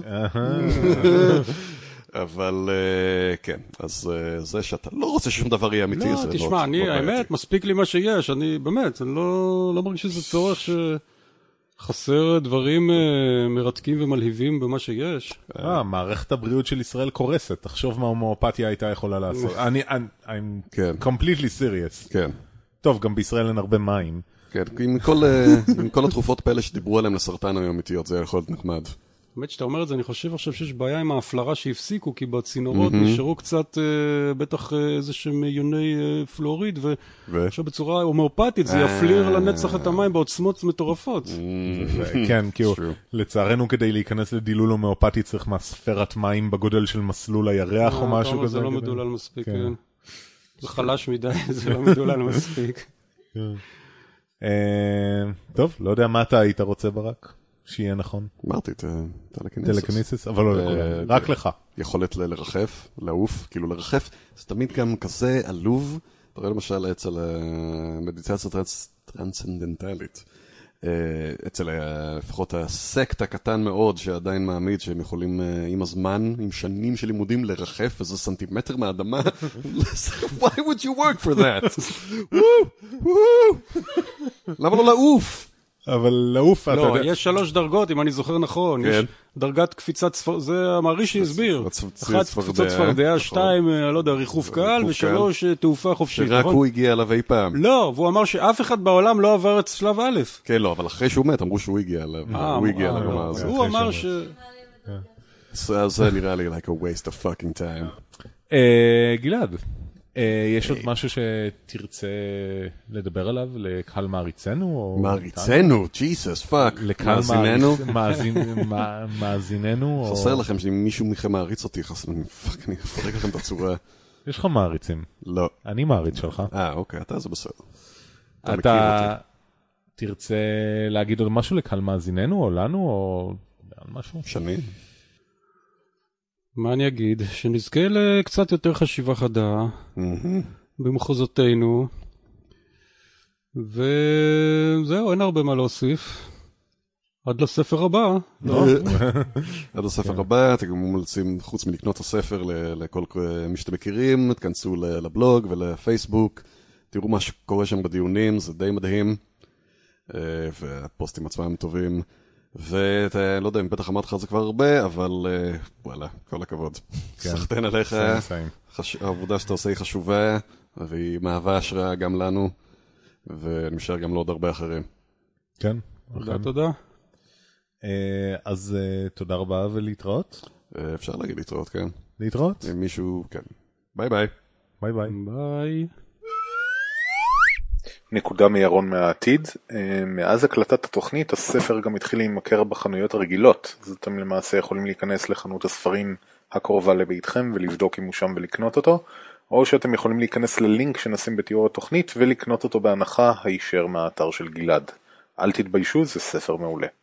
אבל כן, אז זה שאתה לא רוצה ששום דבר יהיה אמיתי. לא, תשמע, האמת, מספיק לי מה שיש, אני באמת, אני לא מרגיש שזה צורך שחסר דברים מרתקים ומלהיבים במה שיש. מערכת הבריאות של ישראל קורסת, תחשוב מה הומואפתיה הייתה יכולה לעשות. I'm completely serious. כן. טוב, גם בישראל אין הרבה מים. כן, עם כל התרופות פלא שדיברו עליהם לסרטן היו אמיתיות, זה יכול להיות נחמד. באמת שאתה אומר את זה, אני חושב עכשיו שיש בעיה עם ההפלרה שהפסיקו, כי בצינורות נשארו קצת, בטח איזה שהם יוני פלוריד, ועכשיו בצורה הומואפתית זה יפליר לנצח את המים בעוצמות מטורפות. כן, כי לצערנו כדי להיכנס לדילול הומואפתי צריך מהספרת מים בגודל של מסלול הירח או משהו כזה. זה לא מדולל מספיק, כן. זה חלש מדי, זה לא מדולל מספיק. טוב, לא יודע מה אתה היית רוצה ברק? שיהיה נכון. אמרתי, טלקינסיס. אבל לא לכולם, רק לך. יכולת לרחף, לעוף, כאילו לרחף, זה תמיד גם כזה עלוב, אתה רואה למשל אצל המדיטציה טרנסצנדנטלית, אצל לפחות הסקט הקטן מאוד שעדיין מעמיד שהם יכולים עם הזמן, עם שנים של לימודים לרחף, וזה סנטימטר מהאדמה, why would you work for that? למה לא לעוף? אבל לעוף, לא, יש 3 דרגות, אם אני זוכר נכון. יש דרגת קפיצת צפרדע, זה המערישי הסביר. 1, קפיצת צפרדע, 2, לא יודע, ריחוף קהל, ו3, תעופה חופשית. שרק הוא הגיע אליו אי פעם. לא, והוא אמר שאף אחד בעולם לא עבר את שלב א'. כן, לא, אבל אחרי שהוא מת, אמרו שהוא הגיע אליו. הוא הגיע אליו. הוא אמר ש... זה נראה לי like a waste of fucking time. גלעד. יש עוד משהו שתרצה לדבר עליו לקהל מעריצנו? מעריצנו? ג'יסוס, פאק. לקהל מאזיננו? חסר לכם שאם מישהו מכם מעריץ אותי, פאק, אני אפרק לכם את הצורה. יש לך מעריצים? לא. אני מעריץ שלך. אוקיי, אתה זה בסדר. אתה תרצה להגיד עוד משהו לקהל מאזיננו או לנו או משהו? שני. מה אני אגיד? שנזכה לקצת יותר חשיבה חדה במחוזותינו, וזהו, אין הרבה מה להוסיף. עד לספר הבא. עד הספר הבא, אתם גם מומלצים, חוץ מלקנות את הספר לכל מי שאתם מכירים, תכנסו לבלוג ולפייסבוק, תראו מה שקורה שם בדיונים, זה די מדהים, והפוסטים עצמם טובים, ולא יודע אם בטח אמרתי לך זה כבר הרבה, אבל וואלה, כל הכבוד. סחטן עליך, העבודה שאתה עושה היא חשובה, והיא מהווה השראה גם לנו, ואני משאר גם לעוד הרבה אחרים. כן. תודה. אז תודה רבה ולהתראות. אפשר להגיד להתראות, כן. להתראות? אם מישהו, כן. ביי ביי. ביי ביי. ביי. נקודה מירון מהעתיד. מאז הקלטת התוכנית הספר גם התחיל להימכר בחנויות הרגילות, אז אתם למעשה יכולים להיכנס לחנות הספרים הקרובה לביתכם ולבדוק אם הוא שם ולקנות אותו, או שאתם יכולים להיכנס ללינק שנשים בתיאור התוכנית ולקנות אותו בהנחה הישר מהאתר של גלעד. אל תתביישו, זה ספר מעולה.